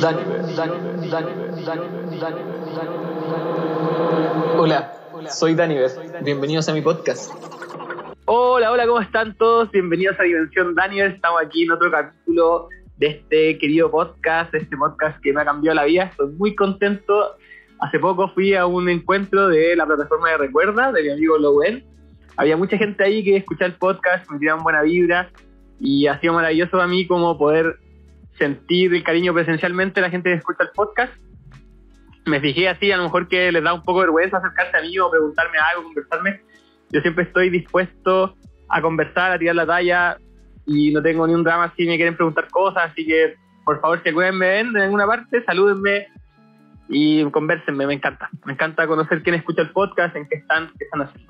Hola, soy Daniver. Bienvenidos a mi podcast. Hola, ¿cómo están todos? Bienvenidos a Dimensión Daniver. Estamos aquí en otro capítulo de este querido podcast, este podcast que me ha cambiado la vida. Estoy muy contento. Hace poco fui a un encuentro de la plataforma de Recuerda, de mi amigo Lowen. Había mucha gente ahí que escuchaba el podcast, me tiraban buena vibra y ha sido maravilloso para mí como poder sentir el cariño presencialmente de la gente que escucha el podcast. Me fijé así, a lo mejor que les da un poco de vergüenza acercarse a mí o preguntarme algo, conversarme. Yo siempre estoy dispuesto a conversar, a tirar la talla y no tengo ni un drama si me quieren preguntar cosas, así que por favor si alguna vez me ven en alguna parte, salúdenme y convérsenme, me encanta conocer quién escucha el podcast, en qué están haciendo.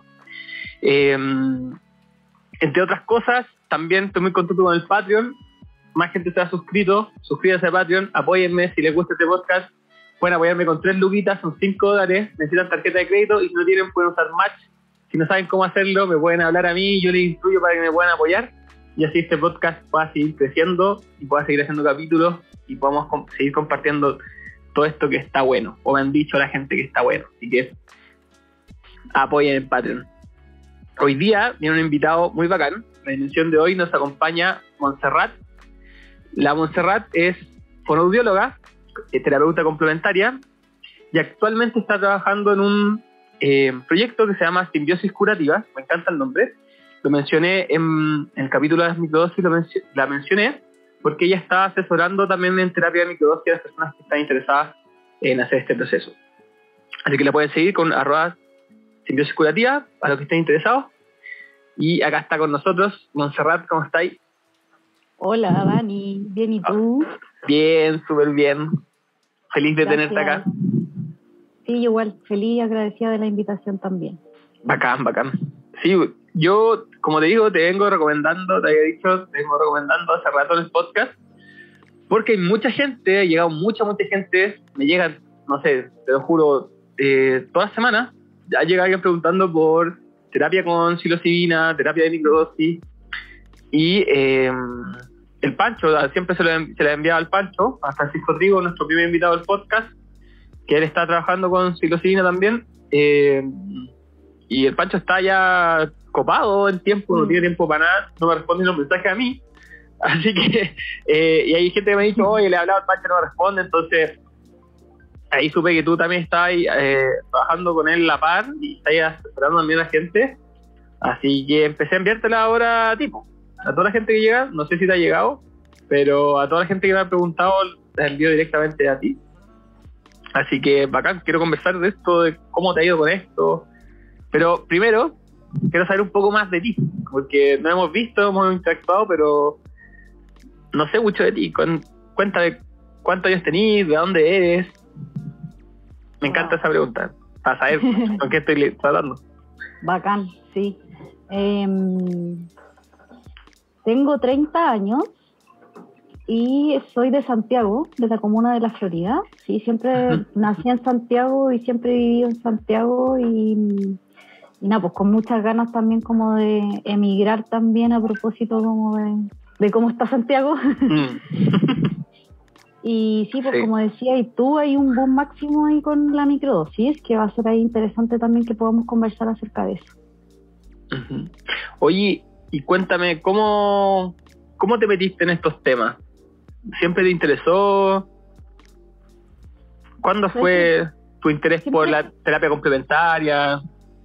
Entre otras cosas, también estoy muy contento con el Patreon. Más gente se ha suscrito, suscríbanse a Patreon, apóyenme si les gusta este podcast. Pueden apoyarme con 3 luquitas, son $5, necesitan tarjeta de crédito y si no tienen pueden usar Match. Si no saben cómo hacerlo, me pueden hablar a mí, yo les instruyo para que me puedan apoyar y así este podcast pueda seguir creciendo y pueda seguir haciendo capítulos y podamos seguir compartiendo todo esto que está bueno, o me han dicho la gente que está bueno, así que apoyen el Patreon. Hoy día viene un invitado muy bacán. La dimensión de hoy nos acompaña Montserrat. La Montserrat es fonoaudióloga, terapeuta complementaria y actualmente está trabajando en un proyecto que se llama Simbiosis Curativa. Me encanta el nombre. Lo mencioné en el capítulo de las microdosis, la mencioné porque ella está asesorando también en terapia de microdosis a las personas que están interesadas en hacer este proceso. Así que la pueden seguir con @Simbiosis Curativa a los que estén interesados. Y acá está con nosotros Montserrat, ¿cómo estáis? Hola, Dani. ¿Bien y tú? Bien, súper bien. Feliz de Gracias. tenerte acá. Sí, igual. Feliz y agradecida de la invitación también. Bacán. Sí, yo, como te digo, te vengo recomendando hace rato en el podcast, porque hay mucha gente, ha llegado mucha gente, me llegan, no sé, te lo juro, todas las semanas, ya llega alguien preguntando por terapia con psilocibina, terapia de microdosis, y el Pancho, siempre se le ha enviado al Pancho, a Francisco Trigo, nuestro primer invitado del podcast, que él está trabajando con psilocibina también, y el Pancho está ya copado en tiempo, no tiene tiempo para nada, no me responde los mensajes a mí, así que, y hay gente que me ha dicho, oye, le he hablado al Pancho, no me responde, entonces ahí supe que tú también estás trabajando con él a la par y estás asesorando también a la gente, así que empecé a enviártela ahora a toda la gente que llega, no sé si te ha llegado, pero a toda la gente que me ha preguntado la envío directamente a ti. Así que bacán, quiero conversar de esto, de cómo te ha ido con esto. Pero primero, quiero saber un poco más de ti, porque no hemos visto, hemos interactuado, pero no sé mucho de ti. Cuéntame cuántos años tenés, de dónde eres. Me encanta esa pregunta, para saber con qué estoy tratando. Bacán, sí. Tengo 30 años y soy de Santiago, de la comuna de La Florida. Sí, siempre nací en Santiago y siempre he vivido en Santiago y nada, pues con muchas ganas también como de emigrar también a propósito como de cómo está Santiago. Y sí, pues sí. Como decía, y tú hay un boom máximo ahí con la microdosis, que va a ser ahí interesante también que podamos conversar acerca de eso. Uh-huh. Oye, y cuéntame, ¿cómo te metiste en estos temas? ¿Siempre te interesó? ¿Cuándo fue tu interés por la terapia complementaria?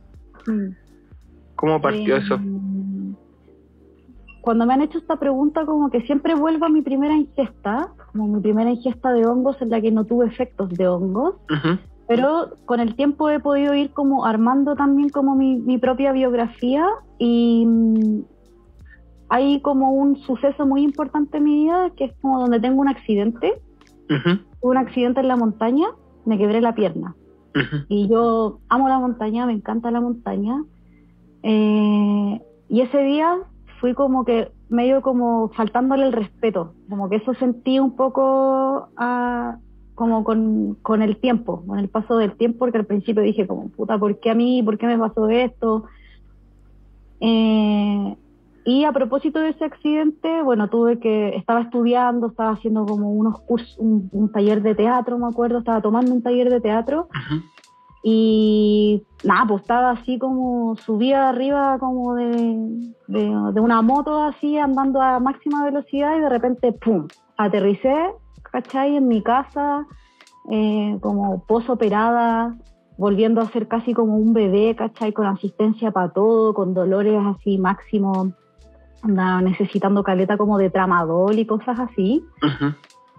¿Cómo partió eso? Cuando me han hecho esta pregunta, como que siempre vuelvo a mi primera ingesta, como mi primera ingesta de hongos en la que no tuve efectos de hongos, pero con el tiempo he podido ir como armando también como mi propia biografía y hay como un suceso muy importante en mi vida, que es como donde tengo un accidente, un accidente en la montaña, me quebré la pierna. Y yo amo la montaña, me encanta la montaña, y ese día fui como que medio como faltándole el respeto, como que eso sentí un poco como con el tiempo, con el paso del tiempo, porque al principio dije como, puta, ¿por qué a mí? ¿Por qué me pasó esto? Y a propósito de ese accidente, bueno, estaba estudiando, estaba haciendo como unos cursos, un taller de teatro, me acuerdo, estaba tomando un taller de teatro. Uh-huh. Y nada, pues estaba así como subida arriba como de una moto así, andando a máxima velocidad y de repente, ¡pum!, aterricé, ¿cachai?, en mi casa, como posoperada, volviendo a ser casi como un bebé, ¿cachai?, con asistencia para todo, con dolores así máximo, andaba necesitando caleta como de tramadol y cosas así. Uh-huh.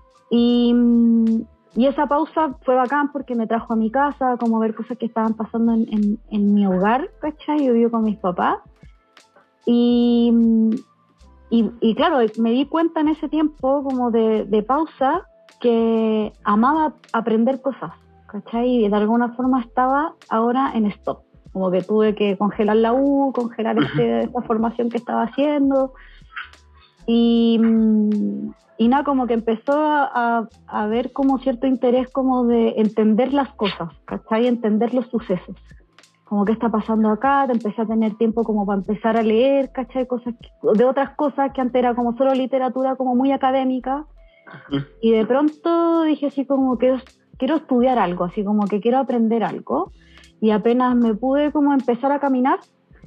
Y esa pausa fue bacán porque me trajo a mi casa, como a ver cosas que estaban pasando en mi hogar, ¿cachai? Yo vivo con mis papás. Y claro, me di cuenta en ese tiempo como de pausa que amaba aprender cosas, ¿cachai? Y de alguna forma estaba ahora en stop. Como que tuve que congelar la U, congelar esta formación que estaba haciendo. Y nada, como que empezó a haber como cierto interés como de entender las cosas, ¿cachai? Entender los sucesos. Como qué está pasando acá, te empecé a tener tiempo como para empezar a leer, ¿cachai? Cosas de otras cosas que antes era como solo literatura como muy académica. Y de pronto dije así como que quiero estudiar algo, así como que quiero aprender algo. Y apenas me pude como empezar a caminar,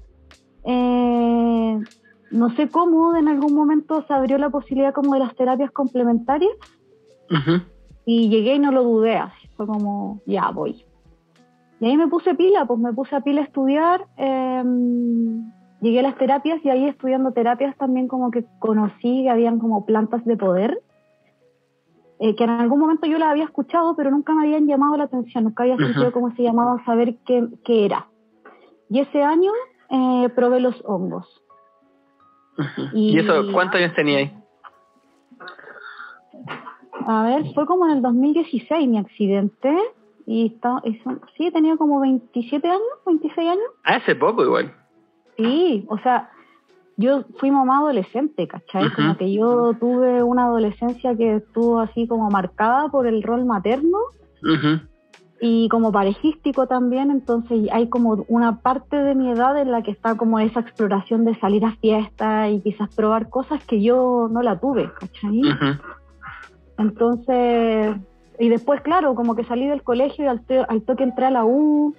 no sé cómo, en algún momento se abrió la posibilidad como de las terapias complementarias. Uh-huh. Y llegué y no lo dudé, así fue como, ya voy. Y ahí me puse pila a estudiar, llegué a las terapias y ahí estudiando terapias también como que conocí que habían como plantas de poder, que en algún momento yo las había escuchado, pero nunca me habían llamado la atención, nunca había sentido cómo se llamaba, saber qué era. Y ese año probé los hongos. Uh-huh. ¿Y eso cuántos años tenía ahí? A ver, fue como en el 2016 mi accidente. Sí, tenía como 27 años, 26 años. Hace poco igual. Sí, o sea, yo fui mamá adolescente, ¿cachai? Como que yo tuve una adolescencia que estuvo así como marcada por el rol materno y como parejístico también, entonces hay como una parte de mi edad en la que está como esa exploración de salir a fiestas y quizás probar cosas que yo no la tuve, ¿cachai? Entonces, y después, claro, como que salí del colegio y al toque entré a la U,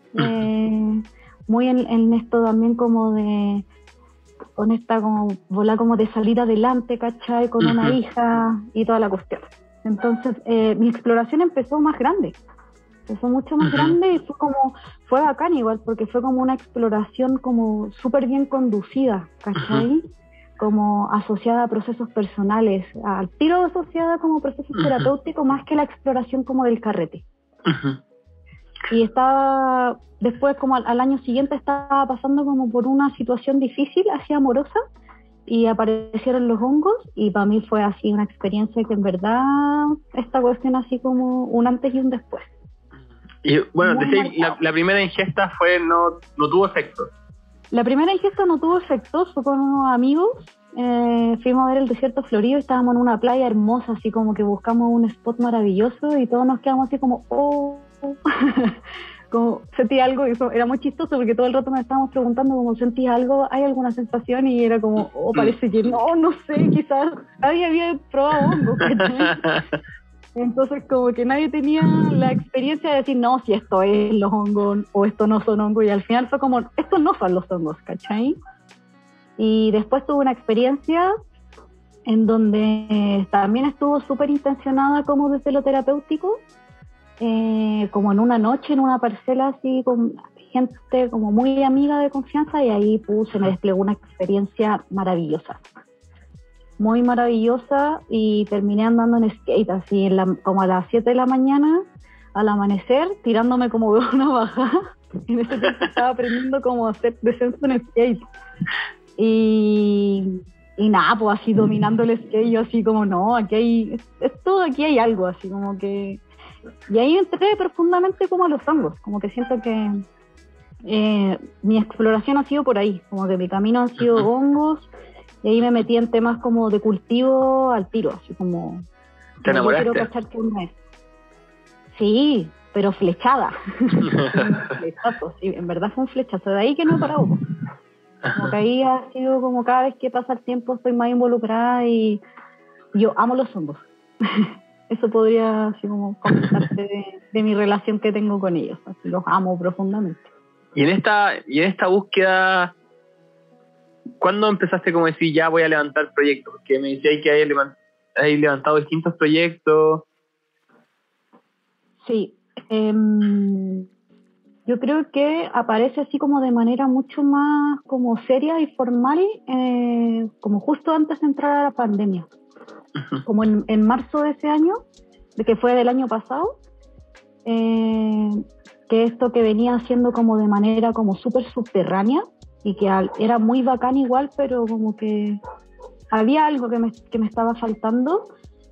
muy en esto también como de, con esta como bola como de salir adelante, ¿cachai? Con una hija y toda la cuestión. Entonces, mi exploración empezó más grande, empezó mucho más grande y fue bacán igual, porque fue como una exploración como súper bien conducida, ¿cachai? Como asociada a procesos personales, al tiro asociada como procesos terapéuticos, más que la exploración como del carrete. Y estaba, después como al año siguiente estaba pasando como por una situación difícil, así amorosa, y aparecieron los hongos, y para mí fue así una experiencia que en verdad, esta cuestión así como un antes y un después. Y bueno, la primera ingesta no tuvo efecto. La primera ingesta no tuvo efectos, fue con unos amigos, fuimos a ver el desierto florido, estábamos en una playa hermosa, así como que buscamos un spot maravilloso y todos nos quedamos así como, como sentí algo, y era muy chistoso porque todo el rato nos estábamos preguntando como, ¿sentís algo? ¿Hay alguna sensación? Y era como, parece que no sé, quizás nadie había probado hongos, ¿cachai? Entonces como que nadie tenía la experiencia de decir, no, si esto es los hongos o esto no son hongos, y al final fue como, estos no son los hongos, ¿cachai? Y después tuve una experiencia en donde también estuvo súper intencionada como desde lo terapéutico, como en una noche, en una parcela así, con gente como muy amiga de confianza, y ahí se me desplegó una experiencia maravillosa. Muy maravillosa, y terminé andando en skate, así como a las 7 de la mañana, al amanecer, tirándome como de una bajada. En ese tiempo estaba aprendiendo cómo hacer descenso en skate. Y nada, pues así dominando el skate, yo así como, no, aquí hay algo, así como que... Y ahí entré profundamente como a los hongos, como que siento que mi exploración ha sido por ahí, como que mi camino han sido hongos. Y ahí me metí en temas como de cultivo al tiro, así como... ¿Te enamoraste? Yo quiero cachar qué onda es. Sí, pero flechada. Un flechazo, sí, en verdad fue un flechazo. De ahí que no he parado. Como que ahí ha sido como cada vez que pasa el tiempo estoy más involucrada y yo amo los hongos. Eso podría así como comentarte de mi relación que tengo con ellos. Así, los amo profundamente. Y en esta búsqueda, ¿cuándo empezaste como a decir ya voy a levantar proyectos? Porque me decías que hay levantado distintos proyectos. Sí. Yo creo que aparece así como de manera mucho más como seria y formal, como justo antes de entrar a la pandemia. Como en marzo de ese año, de que fue del año pasado, que esto que venía haciendo como de manera como súper subterránea y que era muy bacán igual, pero como que había algo que me estaba faltando.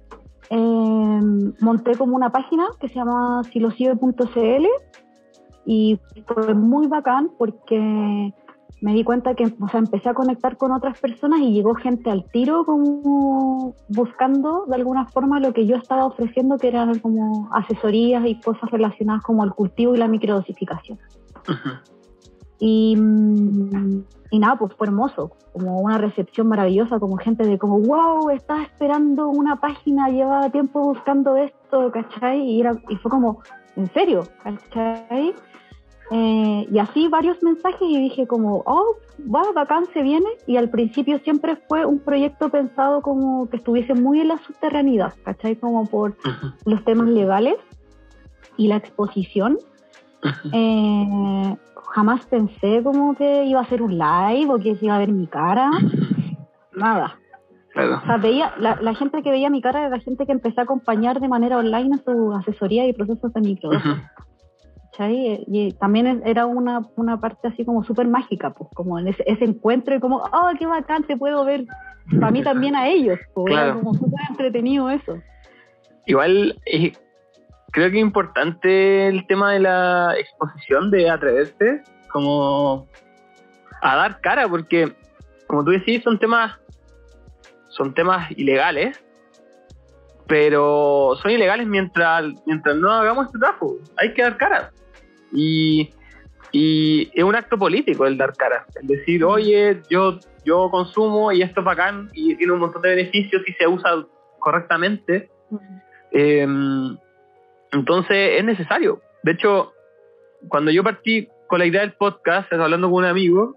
Monté como una página que se llama silosive.cl y fue muy bacán porque me di cuenta que, o sea, empecé a conectar con otras personas y llegó gente al tiro como buscando de alguna forma lo que yo estaba ofreciendo, que eran como asesorías y cosas relacionadas como al cultivo y la microdosificación. Y nada, pues fue hermoso, como una recepción maravillosa, como gente de como, wow, estaba esperando una página, llevaba tiempo buscando esto, ¿cachai? Y fue como, ¿en serio? ¿Cachai? Y así varios mensajes y dije como, oh, wow, bacán, se viene. Y al principio siempre fue un proyecto pensado como que estuviese muy en la subterraneidad, ¿cachai? Como por los temas legales y la exposición. Jamás pensé como que iba a hacer un live o que se iba a ver mi cara. Nada. Claro. O sea, veía, la gente que veía mi cara era la gente que empecé a acompañar de manera online en su asesoría y procesos de microdosis. Y también era una parte así como súper mágica, pues, como en ese encuentro y como, oh, qué bacán, te puedo ver. Para mí también a ellos, pues, claro. Era como súper entretenido eso. Igual, creo que es importante el tema de la exposición, de atreverse como a dar cara, porque, como tú decís, son temas ilegales, pero son ilegales mientras no hagamos este trabajo. Hay que dar cara. Y es un acto político el dar cara, el decir, oye, yo consumo y esto es bacán y tiene un montón de beneficios si se usa correctamente. Entonces es necesario. De hecho, cuando yo partí con la idea del podcast, hablando con un amigo,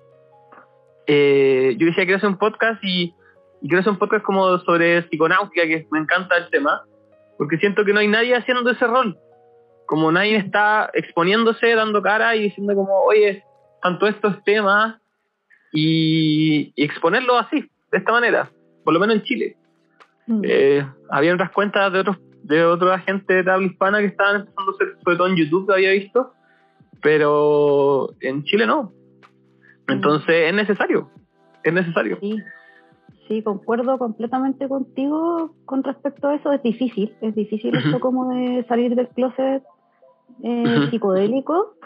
yo decía quiero hacer un podcast y quiero hacer un podcast como sobre psiconáutica, que me encanta el tema, porque siento que no hay nadie haciendo ese rol. Como nadie está exponiéndose, dando cara y diciendo como, oye, tanto estos temas y exponerlo así, de esta manera, por lo menos en Chile. Había otras cuentas de otra gente de habla hispana que estaban empezando a hacer, sobre todo en YouTube, que había visto, pero en Chile no. Entonces es necesario. Sí, concuerdo completamente contigo con respecto a eso. Es difícil esto como de salir del closet psicodélico,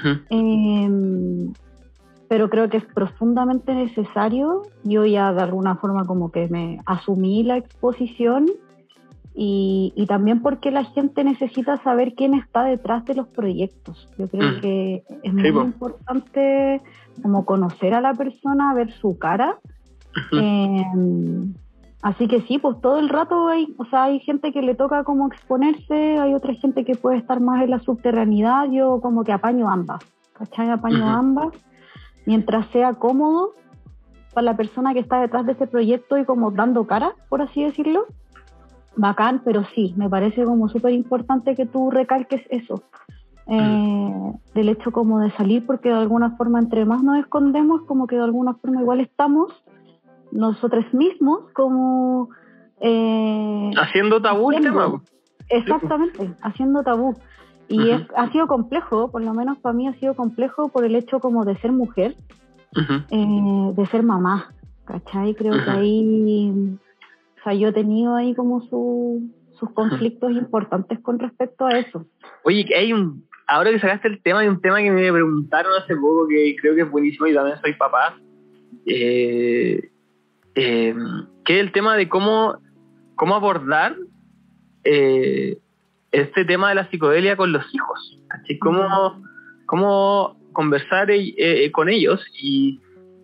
pero creo que es profundamente necesario. Yo ya de alguna forma como que me asumí la exposición y también porque la gente necesita saber quién está detrás de los proyectos. Yo creo que es muy importante como conocer a la persona, ver su cara. Así que sí, pues todo el rato hay gente que le toca como exponerse, hay otra gente que puede estar más en la subterraneidad. Yo como que apaño ambas, ¿cachai? Ambas, mientras sea cómodo para la persona que está detrás de ese proyecto y como dando cara, por así decirlo, bacán, pero sí, me parece como súper importante que tú recalques eso, del hecho como de salir, porque de alguna forma entre más nos escondemos, como que de alguna forma igual estamos nosotros mismos como haciendo tabú el tema. Exactamente, haciendo tabú. Y ha sido complejo, por lo menos para mí ha sido complejo por el hecho como de ser mujer, de ser mamá, ¿cachai? Creo que ahí, o sea, yo he tenido ahí como sus conflictos importantes con respecto a eso. Oye, ahora que sacaste el tema, hay un tema que me preguntaron hace poco que creo que es buenísimo y también soy papá. Que es el tema de cómo abordar este tema de la psicodelia con los hijos, ¿sí? Cómo conversar con ellos y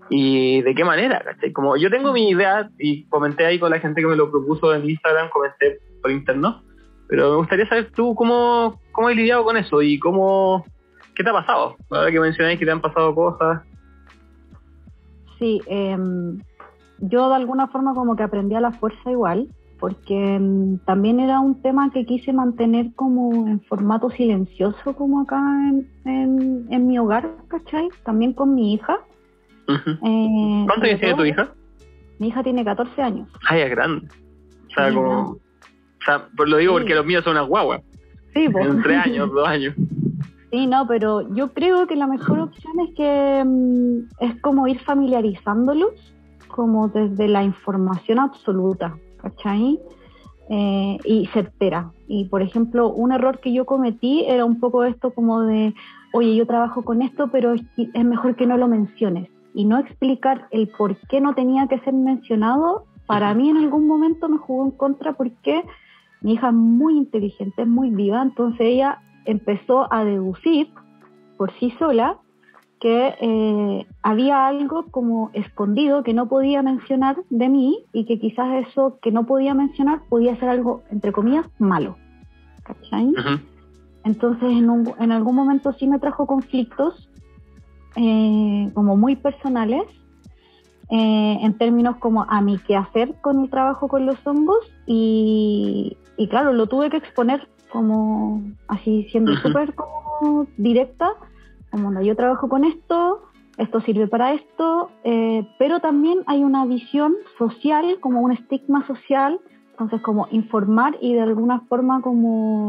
y de qué manera, ¿cachai? Como yo tengo mi idea y comenté ahí con la gente que me lo propuso en Instagram, comenté por interno, pero me gustaría saber tú cómo has lidiado con eso y qué te ha pasado, ahora que mencionáis que te han pasado cosas. Sí, yo de alguna forma como que aprendí a la fuerza igual, porque también era un tema que quise mantener como en formato silencioso, como acá en mi hogar, ¿cachai? También con mi hija. Uh-huh. ¿Cuántos años tiene tu hija? Mi hija tiene 14 años. Ah, es grande. O sea, o sea, pues lo digo porque los míos son unas guaguas. Sí, pues. En 3 años, 2 años. Sí, no, pero yo creo que la mejor opción es que es como ir familiarizándolos como desde la información absoluta, ¿cachai? Y certera. Y por ejemplo, un error que yo cometí era un poco esto como de, oye, yo trabajo con esto, pero es mejor que no lo menciones. Y no explicar el por qué no tenía que ser mencionado, para mí en algún momento me jugó en contra porque mi hija es muy inteligente, es muy viva, entonces ella empezó a deducir por sí sola que había algo como escondido que no podía mencionar de mí y que quizás eso que no podía mencionar podía ser algo, entre comillas, malo. ¿Cachai? Uh-huh. Entonces en algún momento sí me trajo conflictos como muy personales en términos como a mi qué hacer con el trabajo con los hongos y claro, lo tuve que exponer como así siendo uh-huh. súper como directa, como no, yo trabajo con esto sirve para esto, pero también hay una visión social, como un estigma social, entonces como informar y de alguna forma como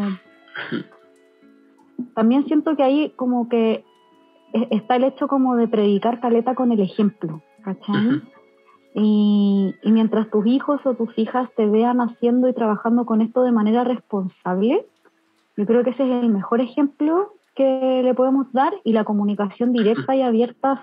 también siento que ahí como que está el hecho como de predicar caleta con el ejemplo, ¿cachai? Uh-huh. Y mientras tus hijos o tus hijas te vean haciendo y trabajando con esto de manera responsable, yo creo que ese es el mejor ejemplo que le podemos dar y la comunicación directa y abierta,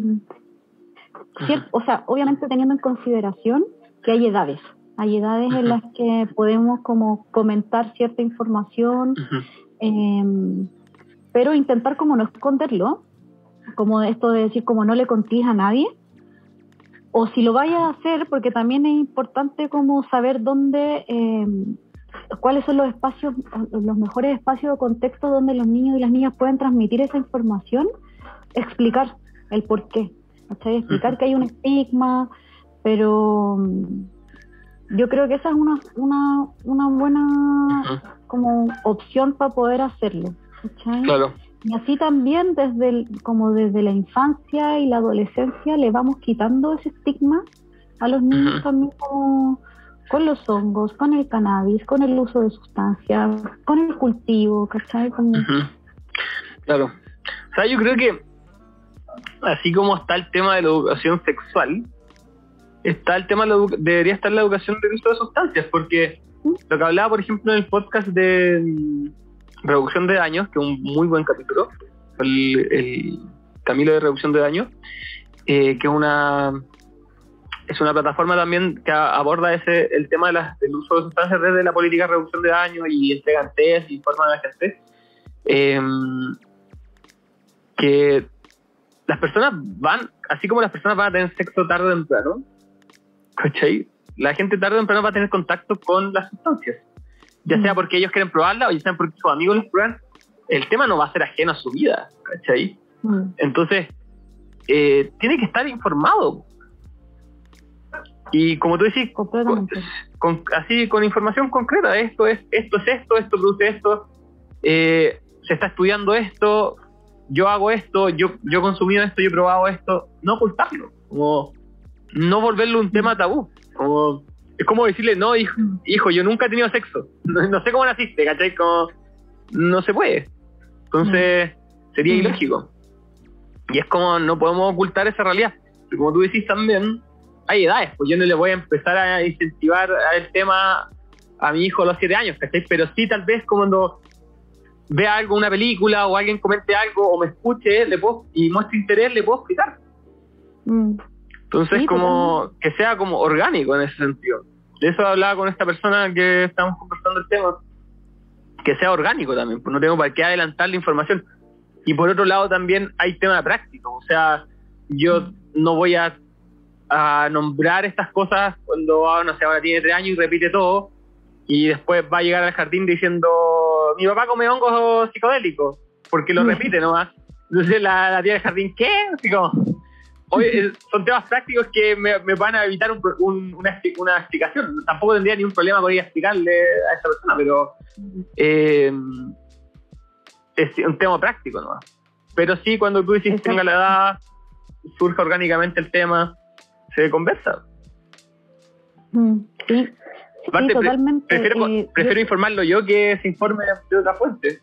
o sea, obviamente teniendo en consideración que hay edades uh-huh. en las que podemos como comentar cierta información, uh-huh. Pero intentar como no esconderlo, como esto de decir como no le contés a nadie, o si lo vayas a hacer, porque también es importante como saber dónde, cuáles son los espacios, los mejores espacios o contextos donde los niños y las niñas pueden transmitir esa información, explicar el por qué, ¿cachai? Explicar uh-huh. que hay un estigma, pero yo creo que esa es una buena uh-huh. como opción para poder hacerlo, ¿cachai? Claro. Y así también desde la infancia y la adolescencia le vamos quitando ese estigma a los niños uh-huh. también como con los hongos, con el cannabis, con el uso de sustancias, con el cultivo, ¿cachai? Como... Uh-huh. Claro. O sea, yo creo que así como está el tema de la educación sexual, está el tema debería estar la educación del uso de sustancias, porque lo que hablaba, por ejemplo, en el podcast de reducción de daños, que es un muy buen capítulo, el Camilo de reducción de daños, que es una plataforma también que aborda el tema del uso de sustancias desde la política de reducción de daños y entregan test y informan a la gente, que las personas así como las personas van a tener sexo tarde o temprano, ¿cachai? La gente tarde o temprano va a tener contacto con las sustancias, ya sea porque ellos quieren probarla o ya sea porque sus amigos las prueban. El tema no va a ser ajeno a su vida, ¿cachai? Entonces tiene que estar informado y como tú decís, con información concreta, esto produce esto, se está estudiando esto, yo hago esto, yo he consumido esto, yo he probado esto, no ocultarlo, como no volverlo un tema tabú, como es como decirle, no, hijo, yo nunca he tenido sexo, no sé cómo naciste, ¿cachai? Como, no se puede. Entonces, sería ilógico. Y es como, no podemos ocultar esa realidad. Pero como tú decís también, hay edades, pues yo no le voy a empezar a incentivar el tema a mi hijo a los 7 años, ¿cachai? Pero sí, tal vez cuando vea algo, una película, o alguien comente algo, o me escuche, y muestre interés, le puedo explicar. Entonces, sí, como que sea como orgánico en ese sentido. De eso hablaba con esta persona que estábamos conversando el tema, que sea orgánico también, pues no tengo para qué adelantar la información. Y por otro lado también hay tema práctico, o sea, yo no voy a nombrar estas cosas cuando, no sé, ahora tiene 3 años y repite todo, y después va a llegar al jardín diciendo, mi papá come hongos psicodélicos, porque lo repite nomás. Entonces la tía del jardín, ¿qué? Así como, oye, son temas prácticos que me van a evitar una explicación. Tampoco tendría ningún problema con ir a explicarle a esa persona, pero es un tema práctico nomás. Pero sí, cuando tú dices tenga la edad, surge orgánicamente el tema, se conversa. Sí. Aparte, sí, totalmente. Prefiero informarlo yo que se informe de otra fuente.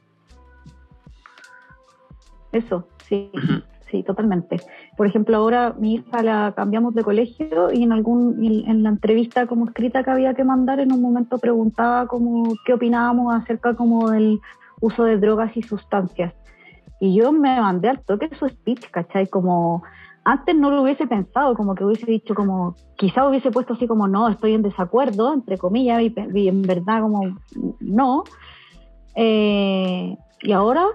Eso, sí, sí, totalmente. Por ejemplo, ahora mi hija la cambiamos de colegio y en la entrevista como escrita que había que mandar, en un momento preguntaba como qué opinábamos acerca como del uso de drogas y sustancias. Y yo me mandé al toque su speech, ¿cachai? Como antes no lo hubiese pensado, como que hubiese dicho como, quizá hubiese puesto así como, no, estoy en desacuerdo, entre comillas, y en verdad como, no. Y ahora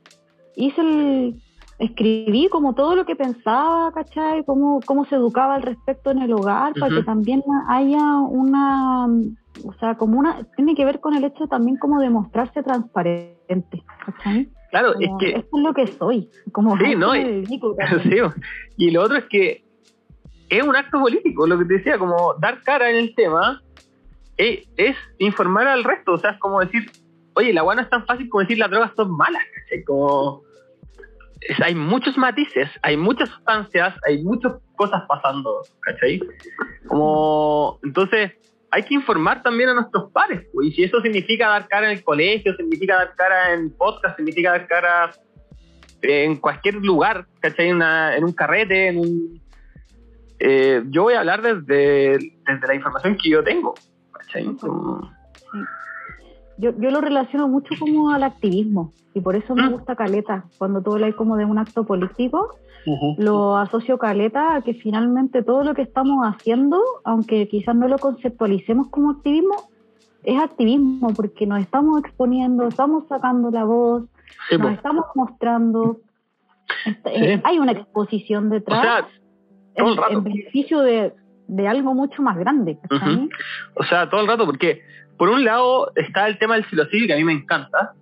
escribí como todo lo que pensaba, ¿cachai? Cómo se educaba al respecto en el hogar, para que también haya o sea, tiene que ver con el hecho también como de mostrarse transparente, ¿cachai? Claro, como, es que... esto es lo que soy, como... Sí, ¿no? Sí, y lo otro es que es un acto político, lo que te decía, como dar cara en el tema, es informar al resto, o sea, es como decir, oye, la agua no es tan fácil como decir las drogas son malas, ¿cachai? Como... hay muchos matices, hay muchas sustancias, hay muchas cosas pasando, ¿cachai? Como, entonces, hay que informar también a nuestros pares, pues, y si eso significa dar cara en el colegio, significa dar cara en podcast, significa dar cara en cualquier lugar, ¿cachai? En un carrete, yo voy a hablar desde la información que yo tengo, ¿cachai? Como... Sí. Yo lo relaciono mucho como al activismo, y por eso me gusta caleta. Cuando tú hablas como de un acto político, lo asocio caleta a que finalmente todo lo que estamos haciendo, aunque quizás no lo conceptualicemos como activismo, es activismo, porque nos estamos exponiendo, estamos sacando la voz, nos estamos mostrando. Hay una exposición detrás, o sea, en beneficio de algo mucho más grande. O sea, todo el rato, porque por un lado está el tema del psilocibin, que a mí me encanta,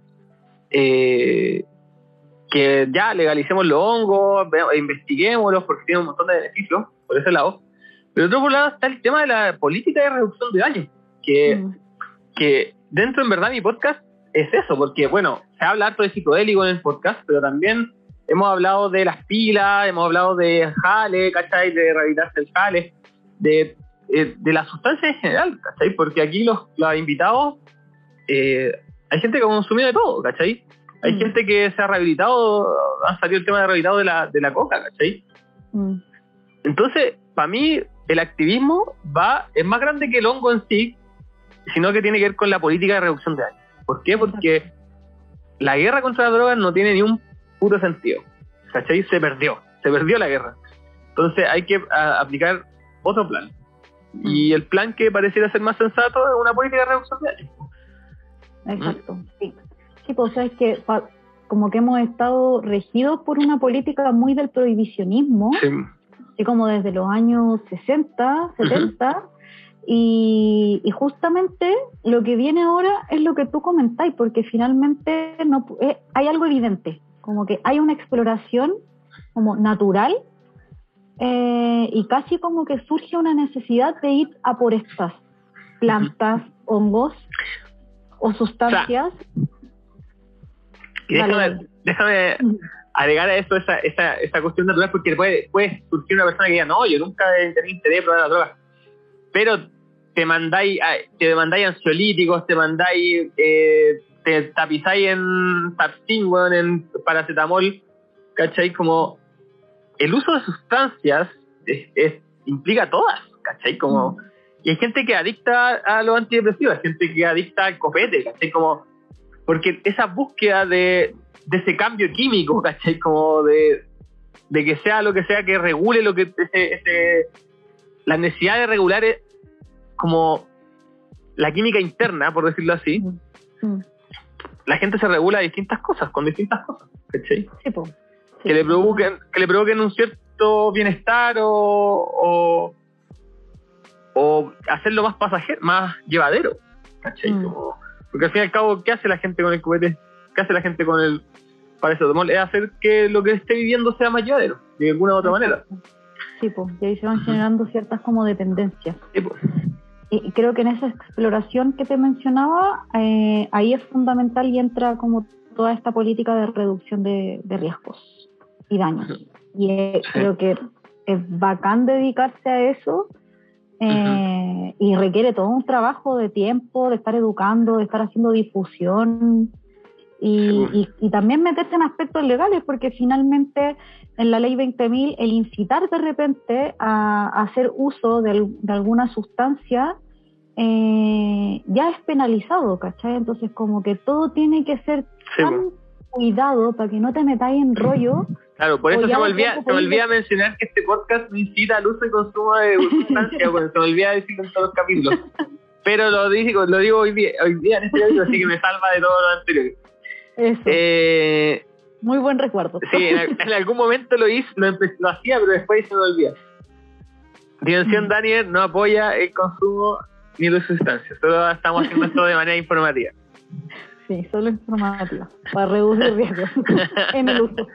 que ya legalicemos los hongos, investiguémoslos porque tienen un montón de beneficios por ese lado. Pero por otro lado está el tema de la política de reducción de daño, que dentro en verdad mi podcast es eso, porque bueno, se habla harto de psicodélico en el podcast, pero también hemos hablado de las pilas, hemos hablado de jale, ¿cachai? De rehabilitarse el jale, de la sustancia en general, ¿cachai? Porque aquí los invitados, hay gente que ha consumido de todo, ¿cachai? Hay gente que se ha rehabilitado, ha salido el tema de rehabilitado de la coca, ¿cachai? Entonces, para mí, el activismo es más grande que el hongo en sí, sino que tiene que ver con la política de reducción de daño. ¿Por qué? Porque la guerra contra las drogas no tiene ni un puto sentido, ¿cachai? Se perdió la guerra. Entonces hay que aplicar otro plan. Y el plan que pareciera ser más sensato es una política de reducción de daño. Exacto, sí. Sí, pues o sea, es que como que hemos estado regidos por una política muy del prohibicionismo, así como desde los años 60, 70, y justamente lo que viene ahora es lo que tú comentáis, porque finalmente hay algo evidente, como que hay una exploración como natural, y casi como que surge una necesidad de ir a por estas plantas, hongos o sustancias. O sea, déjame agregar a esto esa cuestión natural, porque puede surgir una persona que diga, no, yo nunca he tenido interés en probar la droga, pero te mandáis ansiolíticos, te tapizáis en Tapsin, en paracetamol, ¿cachai? Como el uso de sustancias implica todas, ¿cachai? Como, y hay gente que es adicta a los antidepresivos, hay gente que es adicta al copete, ¿cachai? Como, porque esa búsqueda de ese cambio químico, ¿cachai? Como de que sea lo que sea que regule lo que la necesidad de regular es como la química interna, por decirlo así. La gente se regula distintas cosas, con distintas cosas, ¿cachai? Sí, pues. Que le provoquen cierto bienestar o hacerlo más pasajero, más llevadero, ¿cachai? Porque al fin y al cabo, ¿qué hace la gente con el copete? ¿Qué hace la gente con el paracetamol? Es hacer que lo que esté viviendo sea más llevadero, de alguna u otra manera. Sí, pues, y ahí se van generando ciertas como dependencias. Sí, pues. Y creo que en esa exploración que te mencionaba, ahí es fundamental y entra como toda esta política de reducción de riesgos y daños. Y creo que es bacán dedicarse a eso. Y requiere todo un trabajo de tiempo, de estar educando, de estar haciendo difusión y también meterte en aspectos legales, porque finalmente en la ley 20.000 el incitar de repente a hacer uso de alguna sustancia ya es penalizado, ¿cachai? Entonces como que todo tiene que ser tan cuidado para que no te metáis en rollo. Claro, por eso se me olvida mencionar que este podcast no incita al uso y consumo de sustancias, bueno, se me olvida decirlo en todos los capítulos. Pero lo digo hoy día en este capítulo, así que me salva de todo lo anterior. Eso. Muy buen recuerdo. Sí, en algún momento lo hacía, pero después se me olvida. Dimensión Daniel no apoya el consumo ni el uso de sustancias, solo estamos haciendo esto de manera informativa. Sí, solo informativa, para reducir riesgos en el uso.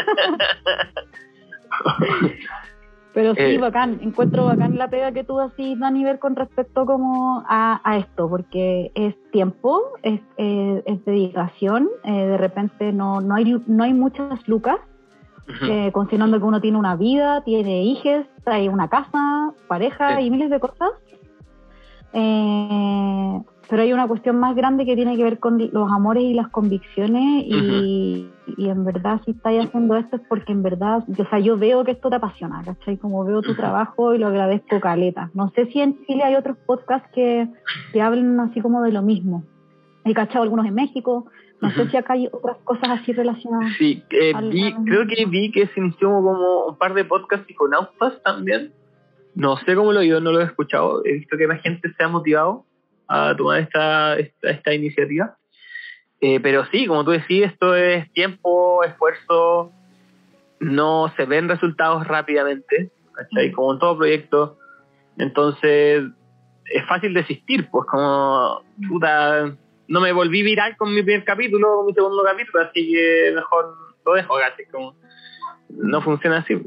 Pero sí, bacán, encuentro bacán la pega que tú haces, Dani, ver con respecto como a esto, porque es tiempo, es dedicación, de repente no hay muchas lucas, considerando que uno tiene una vida, tiene hijos, hay una casa, pareja y miles de cosas. Pero hay una cuestión más grande que tiene que ver con los amores y las convicciones y en verdad si estás haciendo esto es porque en verdad, yo veo que esto te apasiona, ¿cachai? Como veo tu trabajo y lo agradezco caleta. No sé si en Chile hay otros podcasts que hablen así como de lo mismo. He cachado algunos en México, no sé si acá hay otras cosas así relacionadas. Sí, creo que vi que se inició como un par de podcasts psiconautas también. No sé cómo lo he oído, no lo he escuchado. He visto que más gente se ha motivado a tomar esta iniciativa. Pero sí, como tú decís, esto es tiempo, esfuerzo, no se ven resultados rápidamente, ¿cachai? Como en todo proyecto. Entonces, es fácil desistir, pues como, puta, no me volví viral con mi primer capítulo, con mi segundo capítulo, así que mejor lo dejo, ¿cachai? Como, no funciona así.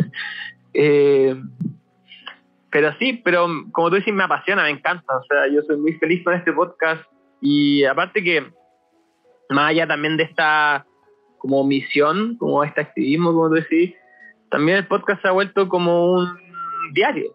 Pero sí, pero como tú dices, me apasiona, me encanta. O sea, yo soy muy feliz con este podcast. Y aparte que, más allá también de esta como misión, como este activismo, como tú decís, también el podcast se ha vuelto como un diario.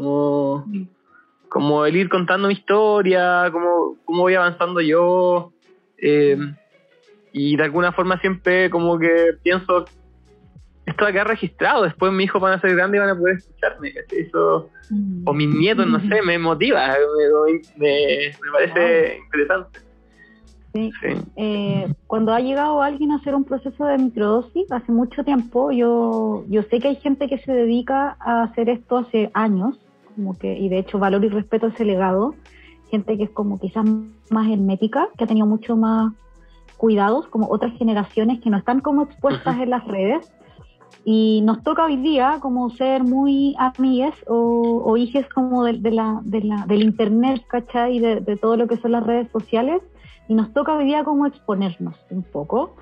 Como el ir contando mi historia, cómo voy avanzando yo. Y de alguna forma siempre como que pienso, esto va a quedar registrado, después mis hijos van a ser grandes y van a poder escucharme, ¿cachai? Eso, o mis nietos, no sé, me motiva, me parece interesante. Sí. Cuando ha llegado alguien a hacer un proceso de microdosis, hace mucho tiempo, yo sé que hay gente que se dedica a hacer esto hace años, como que, y de hecho valoro y respeto ese legado, gente que es como quizás más hermética, que ha tenido mucho más cuidados, como otras generaciones que no están como expuestas en las redes. Y nos toca hoy día como ser muy amigues o hijes como del internet, ¿cachai? De todo lo que son las redes sociales. Y nos toca hoy día como exponernos un poco.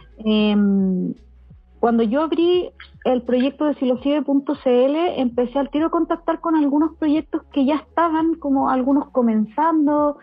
Cuando yo abrí el proyecto de psilocibe.cl, empecé al tiro a contactar con algunos proyectos que ya estaban, como algunos comenzando.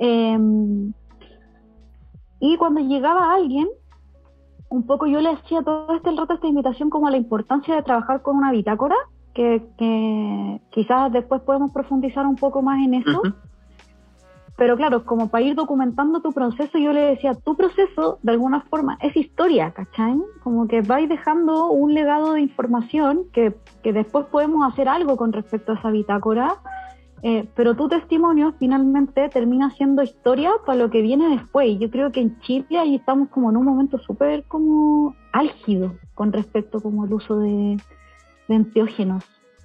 Y cuando llegaba alguien, un poco yo le hacía todo el rato esta invitación como a la importancia de trabajar con una bitácora, que quizás después podemos profundizar un poco más en eso. Pero claro, como para ir documentando tu proceso, yo le decía, tu proceso de alguna forma es historia, ¿cachai? Como que vais dejando un legado de información que después podemos hacer algo con respecto a esa bitácora, pero tu testimonio finalmente termina siendo historia para lo que viene después. Y yo creo que en Chile ahí estamos como en un momento súper como álgido con respecto como al uso de enteógenos.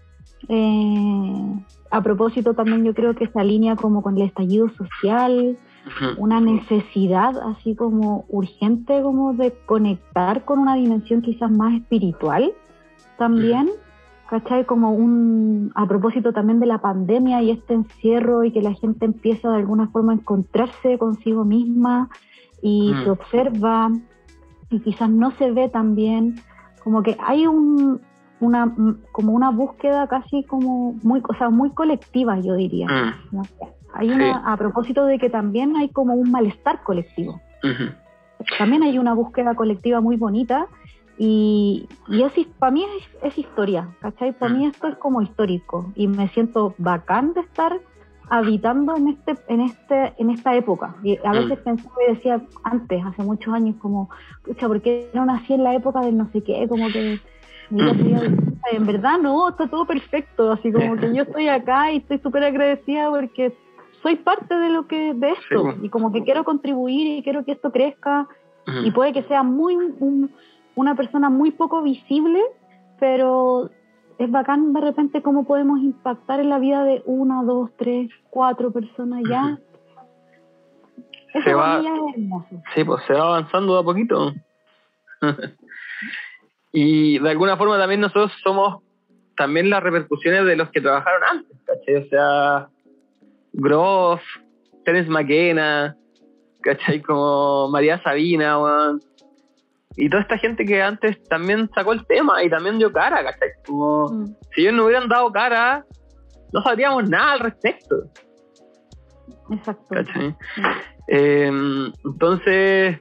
A propósito también yo creo que se alinea como con el estallido social, una necesidad así como urgente como de conectar con una dimensión quizás más espiritual, también, ¿cachai? Como a propósito también de la pandemia y este encierro y que la gente empieza de alguna forma a encontrarse consigo misma y se observa y quizás no se ve tan bien, como que hay una búsqueda casi como muy colectiva, yo diría. ¿No? Hay a propósito de que también hay como un malestar colectivo. También hay una búsqueda colectiva muy bonita y para mí es historia, ¿cachai? Para mí esto es como histórico y me siento bacán de estar habitando en esta época. Y a veces pensaba y decía antes, hace muchos años, como, pucha, ¿por qué no nací en la época del no sé qué? Como que en verdad no, está todo perfecto, así como que yo estoy acá y estoy súper agradecida porque soy parte de esto, y como que quiero contribuir y quiero que esto crezca, y puede que sea una persona muy poco visible, pero es bacán de repente cómo podemos impactar en la vida de 1, 2, 3, 4 personas ya. Eso para mí ya es hermoso. Sí, pues se va avanzando de a poquito. Y de alguna forma también nosotros somos también las repercusiones de los que trabajaron antes, ¿cachai? O sea, Groff, Terence McKenna, ¿cachai? Como María Sabina, weón. Y toda esta gente que antes también sacó el tema y también dio cara, ¿cachai? Como si ellos no hubieran dado cara, no sabríamos nada al respecto. Exacto. ¿Cachai? Entonces,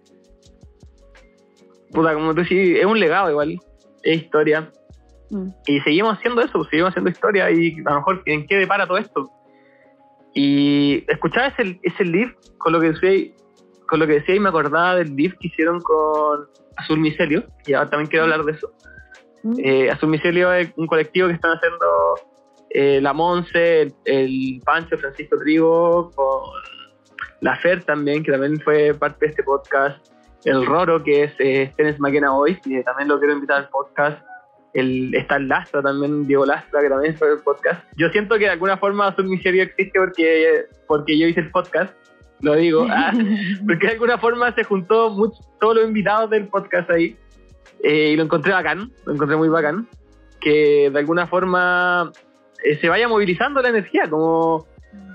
puta, como tú decís, es un legado igual, es historia. Y seguimos haciendo eso, seguimos haciendo historia y a lo mejor en qué depara todo esto. Y escuchaba ese live con lo que decía y me acordaba del live que hicieron con Azul Micelio, y ahora también quiero hablar de eso. Azul Micelio es un colectivo que están haciendo la Monse, el Pancho, Francisco Trigo, con la Fer también, que también fue parte de este podcast, el Roro, que es Terence McKenna hoy, que también lo quiero invitar al podcast. Está el Lastra también, Diego Lastra, que también fue el podcast. Yo siento que de alguna forma Azul Micelio existe porque yo hice el podcast, lo digo, porque de alguna forma se juntó todos los invitados del podcast ahí, y lo encontré bacán, lo encontré muy bacán, que de alguna forma se vaya movilizando la energía, como